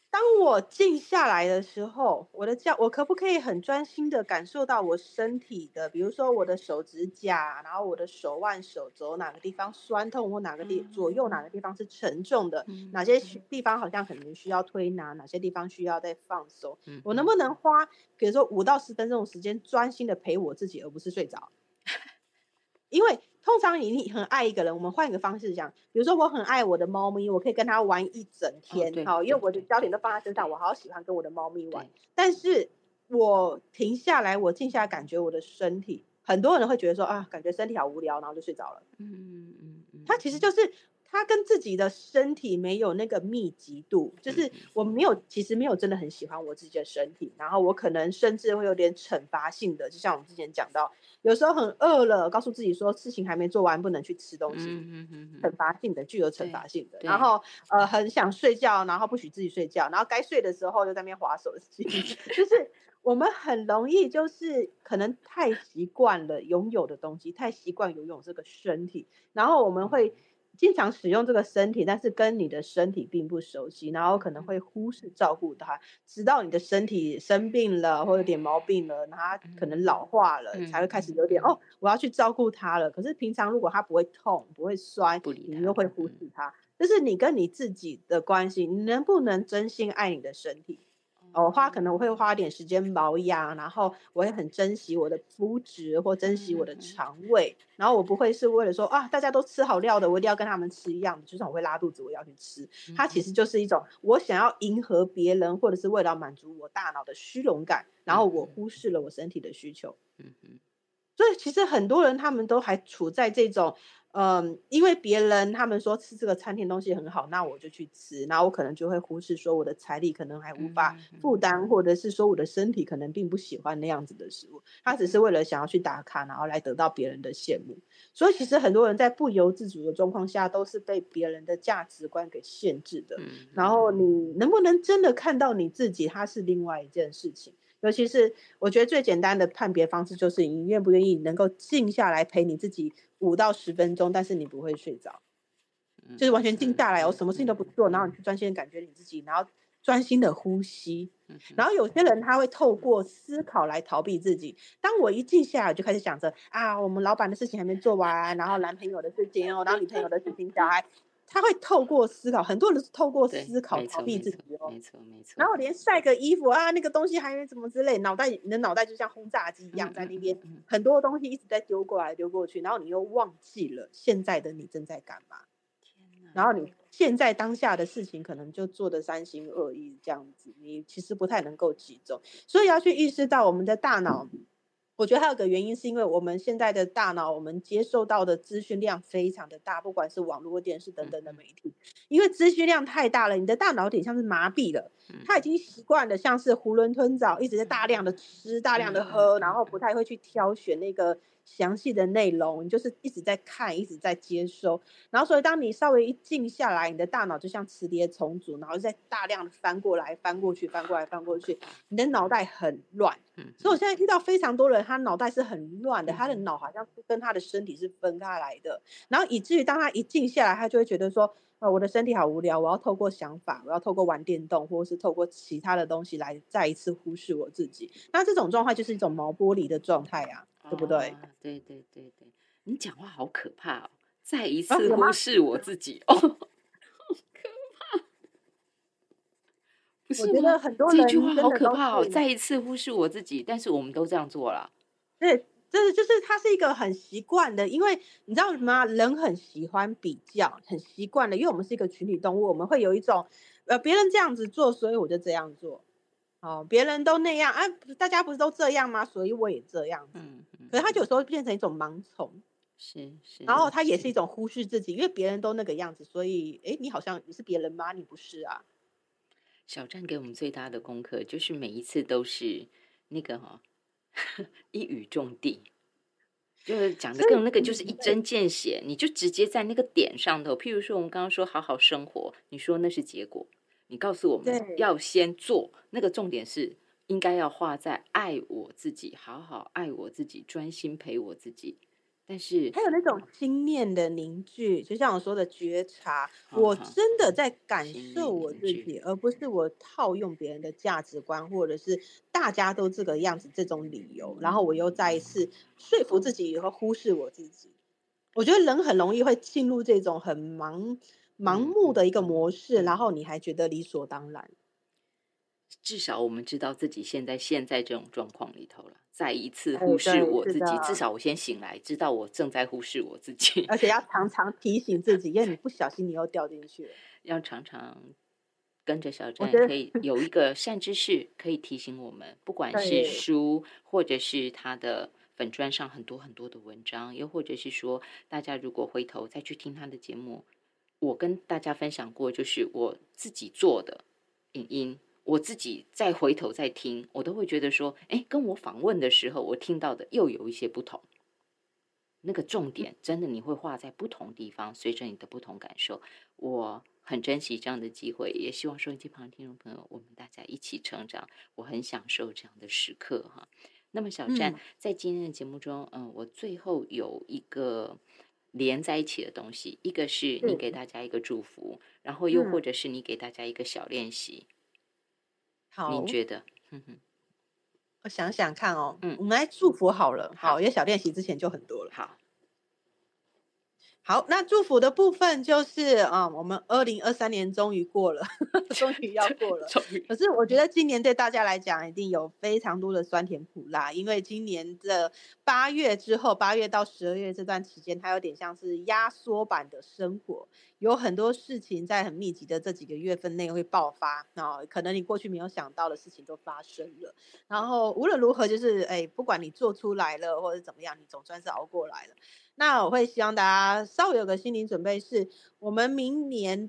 当我静下来的时候，我可不可以很专心的感受到我身体的，比如说我的手指甲，然后我的手腕、手肘哪个地方酸痛，或左右哪个地方是沉重的，哪些地方好像可能需要推拿，哪些地方需要再放松。我能不能花，比如说5到10分钟的时间，专心的陪我自己，而不是睡着？因为通常你很爱一个人，我们换一个方式讲，比如说我很爱我的猫咪，我可以跟它玩一整天，因为我的焦点都放在身上，我好喜欢跟我的猫咪玩。但是我停下来，我静下来，感觉我的身体，很多人会觉得说啊，感觉身体好无聊，然后就睡着了。它其实就是它跟自己的身体没有那个密集度，就是其实没有真的很喜欢我自己的身体，然后我可能甚至会有点惩罚性的，就像我们之前讲到，有时候很饿了，告诉自己说事情还没做完，不能去吃东西，惩罚性的，具有惩罚性的。然后很想睡觉，然后不许自己睡觉，然后该睡的时候就在那边滑手机，就是我们很容易就是可能太习惯了拥有的东西，太习惯拥有这个身体，然后我们会经常使用这个身体，但是跟你的身体并不熟悉，然后可能会忽视照顾它，直到你的身体生病了或有点毛病了，它可能老化了，才会开始有点我要去照顾它了。可是平常如果它不会痛不会酸，你又会忽视它。这是你跟你自己的关系，你能不能真心爱你的身体？可能我会花点时间保养，然后我会很珍惜我的肤质或珍惜我的肠胃，然后我不会是为了说啊大家都吃好料的，我一定要跟他们吃一样的，就算我会拉肚子我也要去吃。它其实就是一种我想要迎合别人，或者是为了满足我大脑的虚荣感，然后我忽视了我身体的需求。所以其实很多人他们都还处在这种因为别人他们说吃这个餐厅东西很好，那我就去吃，然后我可能就会忽视说我的财力可能还无法负担，或者是说我的身体可能并不喜欢那样子的食物，他只是为了想要去打卡，然后来得到别人的羡慕。所以其实很多人在不由自主的状况下，都是被别人的价值观给限制的。然后你能不能真的看到你自己，它是另外一件事情。尤其是我觉得最简单的判别方式就是你愿不愿意能够静下来陪你自己5到10分钟，但是你不会睡着，就是完全静下来，什么事情都不做，然后你去专心的感觉你自己，然后专心的呼吸。然后有些人他会透过思考来逃避自己。当我一静下来，我就开始想着啊，我们老板的事情还没做完，然后男朋友的事情，然后女朋友的事情，小孩。他会透过思考，很多人是透过思考逃避自己没错。 然后连晒个衣服啊，那个东西还没怎么之类，你的脑袋就像轰炸机一样在那边，很多东西一直在丢过来丢过去，然后你又忘记了现在的你正在干嘛。然后你现在当下的事情可能就做得三心二意这样子，你其实不太能够集中，所以要去意识到我们的大脑。我觉得还有个原因是因为我们现在的大脑，我们接受到的资讯量非常的大，不管是网络、电视等等的媒体，因为资讯量太大了，你的大脑有点像是麻痹了，它已经习惯了像是囫囵吞枣，一直在大量的吃、大量的喝，然后不太会去挑选那个详细的内容，你就是一直在看，一直在接收。然后所以当你稍微一静下来，你的大脑就像磁碟重组，然后再大量的翻过来、翻过去、翻过来、翻过去，你的脑袋很乱。所以我现在遇到非常多人，他脑袋是很乱的，他的脑好像跟他的身体是分开来的，然后以至于当他一静下来，他就会觉得说，我的身体好无聊，我要透过想法，我要透过玩电动，或者是透过其他的东西来再一次忽视我自己。那这种状态就是一种毛玻璃的状态啊，对不对？ 对，你讲话好可怕哦！再一次忽视我自己哦，好可怕！不是吗？ 我觉得很多这人句话好真的都可怕哦！ 是再一次忽视我自己，但是我们都这样做了。 对，就是它是一个很习惯的，因为你知道吗？人很喜欢比较，很习惯的，因为我们是一个群体动物，我们会有一种，别人这样子做，所以我就这样做。别人都那样啊，大家不是都这样吗？所以我也这样子。可是他有时候变成一种盲从， 是。 然后他也是一种忽视自己，因为别人都那个样子，所以你好像你是别人吗？你不是啊。 小站给我们最大的功课就是每一次都是那个一语中的，就是讲的更那个，就是一针见血，你就直接在那个点上头。譬如说我们刚刚说好好生活，你说那是结果，你告诉我们要先做，那个重点是应该要画在爱我自己，好好爱我自己，专心陪我自己但是还有那种心念的凝聚，就像我说的觉察，我哈哈， 真的在感心受念凝聚， 我自己，而不是我套用别人的价值观，或者是大家都这个样子这种理由，然后我又再一次说服自己，以后忽视我自己。我觉得人很容易会进入这种很盲目的一个模式，然后你还觉得理所当然。 至少我们知道自己现在这种状况里头了，再一次哎， 忽视对，是的， 我自己，至少我先醒来，知道我正在忽视我自己。 而且要常常提醒自己，因为你不小心你又掉进去了。 要常常跟着小站， 我觉得可以有一个善知识可以提醒我们，不管是对， 书，或者是他的粉砖上很多很多的文章，又或者是说，大家如果回头再去听他的节目，我跟大家分享过，就是我自己做的影音。我自己再回头再听，我都会觉得说，哎，跟我访问的时候我听到的又有一些不同。那个重点真的你会画在不同地方，随着你的不同感受。我很珍惜这样的机会，也希望收音机旁的听众朋友，我们大家一起成长。我很享受这样的时刻哈。那么小站在今天的节目中，我最后有一个连在一起的东西，一个是你给大家一个祝福，然后又或者是你给大家一个小练习，您好， 觉得？哼哼， 我想想看哦，我们来祝福好了，好，因为小练习之前就很多了。 好， 好，那祝福的部分就是我们2023年终于过了，终于要过了。 终于可是我觉得今年对大家来讲，一定有非常多的酸甜苦辣，因为今年的8月之后，8月到12月这段期间，它有点像是压缩版的生活，有很多事情在很密集的这几个月份内会爆发，可能你过去没有想到的事情都发生了。然后无论如何，就是不管你做出来了或者怎么样，你总算是熬过来了。那我会希望大家稍微有个心理准备，是我们明年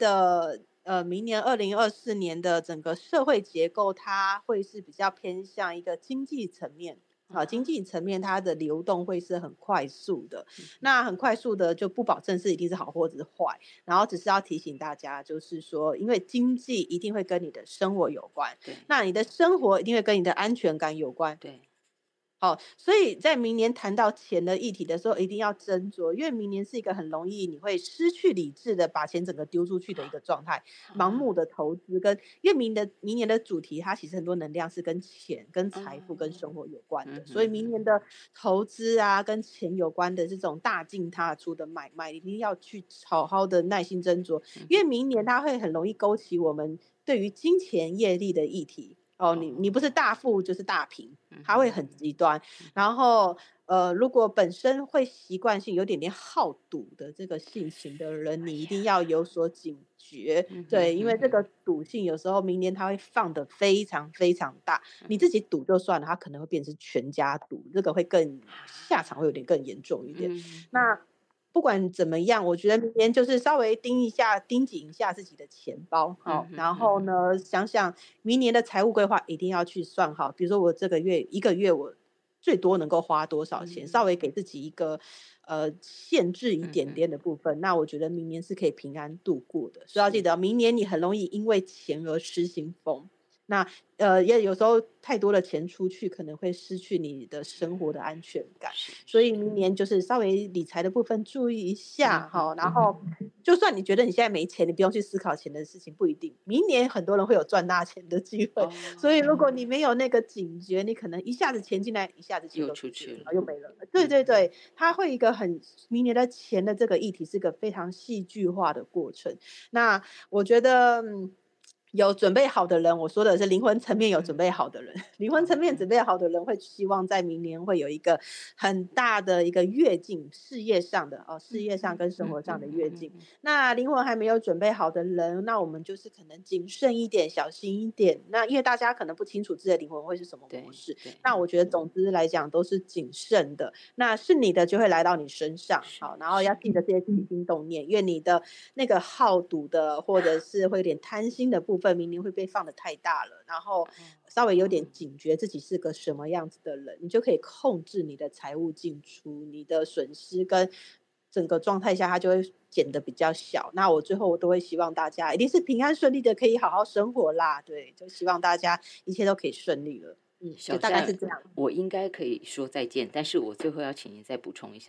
2024年的整个社会结构，它会是比较偏向一个经济层面。经济层面它的流动会是很快速的，那很快速的就不保证是一定是好或者是坏，然后只是要提醒大家，就是说，因为经济一定会跟你的生活有关， 对那你的生活一定会跟你的安全感有关， 对， 所以在明年谈到钱的议题的时候，一定要斟酌，因为明年是一个很容易你会失去理智的把钱整个丢出去的一个状态，盲目的投资因为明年的主题，它其实很多能量是跟钱、跟财富、跟生活有关的，所以明年的投资啊，跟钱有关的这种大进踏出的买卖，一定要去好好的耐心斟酌，因为明年它会很容易勾起我们对于金钱业力的议题。你不是大富就是大贫，它会很极端。然后如果本身会习惯性有点点好赌的这个性情的人，你一定要有所警觉。对，因为这个赌性有时候明年它会放得非常非常大，你自己赌就算了，它可能会变成全家赌，这个会下场会有点更严重一点。那不管怎么样，我觉得明年就是稍微盯紧一下自己的钱包，然后呢，想想明年的财务规划一定要去算好，比如说我这个月一个月我最多能够花多少钱，稍微给自己一个限制一点点的部分，那我觉得明年是可以平安度过的。所以要记得，明年你很容易因为钱而失心疯。那也有时候太多的钱出去，可能会失去你的生活的安全感。所以明年就是稍微理财的部分注意一下然后就算你觉得你现在没钱，你不用去思考钱的事情，不一定。明年很多人会有赚大钱的机会，所以如果你没有那个警觉，你可能一下子钱进来，一下子钱都出去了，又没了。对对对，它会一个明年的钱的这个议题是个非常戏剧化的过程。那我觉得。有准备好的人，我说的是灵魂层面有准备好的人，灵魂层面准备好的人会希望在明年会有一个很大的一个跃进，事业上跟生活上的跃进。那灵魂还没有准备好的人，那我们就是可能谨慎一点，小心一点。那因为大家可能不清楚自己的灵魂会是什么模式，那我觉得总之来讲都是谨慎的。那是你的就会来到你身上，然后要记得这些起心动念，因为你的那个好赌的或者是会有点贪心的部分，明年会被放得太大了，然后稍微有点警觉自己是个什么样子的人，你就可以控制你的财务进出，你的损失跟整个状态下它就会减得比较小。那我最后都会希望大家一定是平安顺利的，可以好好生活啦。对，就希望大家一切都可以顺利了。就大概是这样。 我应该可以说再见，但是我最后要请您再补充一下，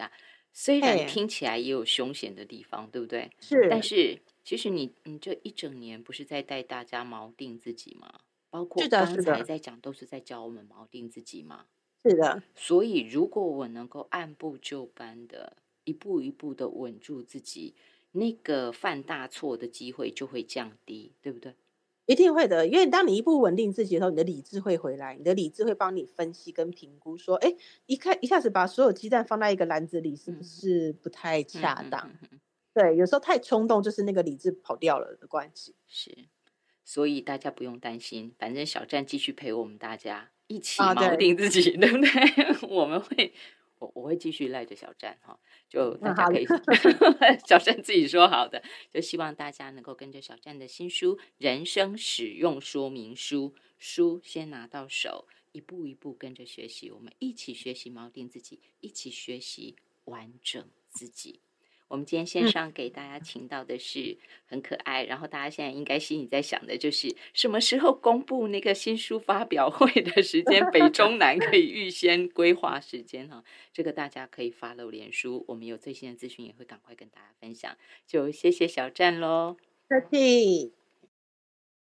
虽然嘿， 听起来也有凶险的地方，对不对？但是是其实你这一整年不是在带大家锚定自己吗？包括是的， 刚是的， 才在讲，都是在教我们锚定自己吗？ 是的， 所以如果我能够按部就班的一步一步的稳住自己，那个犯大错的机会就会降低，对不对？ 一定会的。因为当你一步稳定自己的时候，你的理智会回来，你的理智会帮你分析跟评估，说，哎，一下子把所有鸡蛋放在一个篮子里，是不嗯是不太嗯恰当？ 嗯嗯嗯， 对，有时候太冲动，就是那个理智跑掉了的关系。 是。所以大家不用担心，反正小站继续陪我们大家一起啊， 锚对， 定自己，对不对？我会继续赖着小站哈，就大嗯，好的， 家可以小站自己说好的，就希望大家能够跟着小站的新书《人生使用说明书》，书先拿到手，一步一步跟着学习，我们一起学习锚定自己，一起学习完整自己。我们今天线嗯， 上给大家请到的是很可爱，然后大家现在应该心里在想的就是什么时候公布那个新书发表会的时间，北中南可以预先规划时间哈。这个大家可以 follow 脸书，我们有最新的资讯也会赶快跟大家分享。就谢谢小站喽。 客气。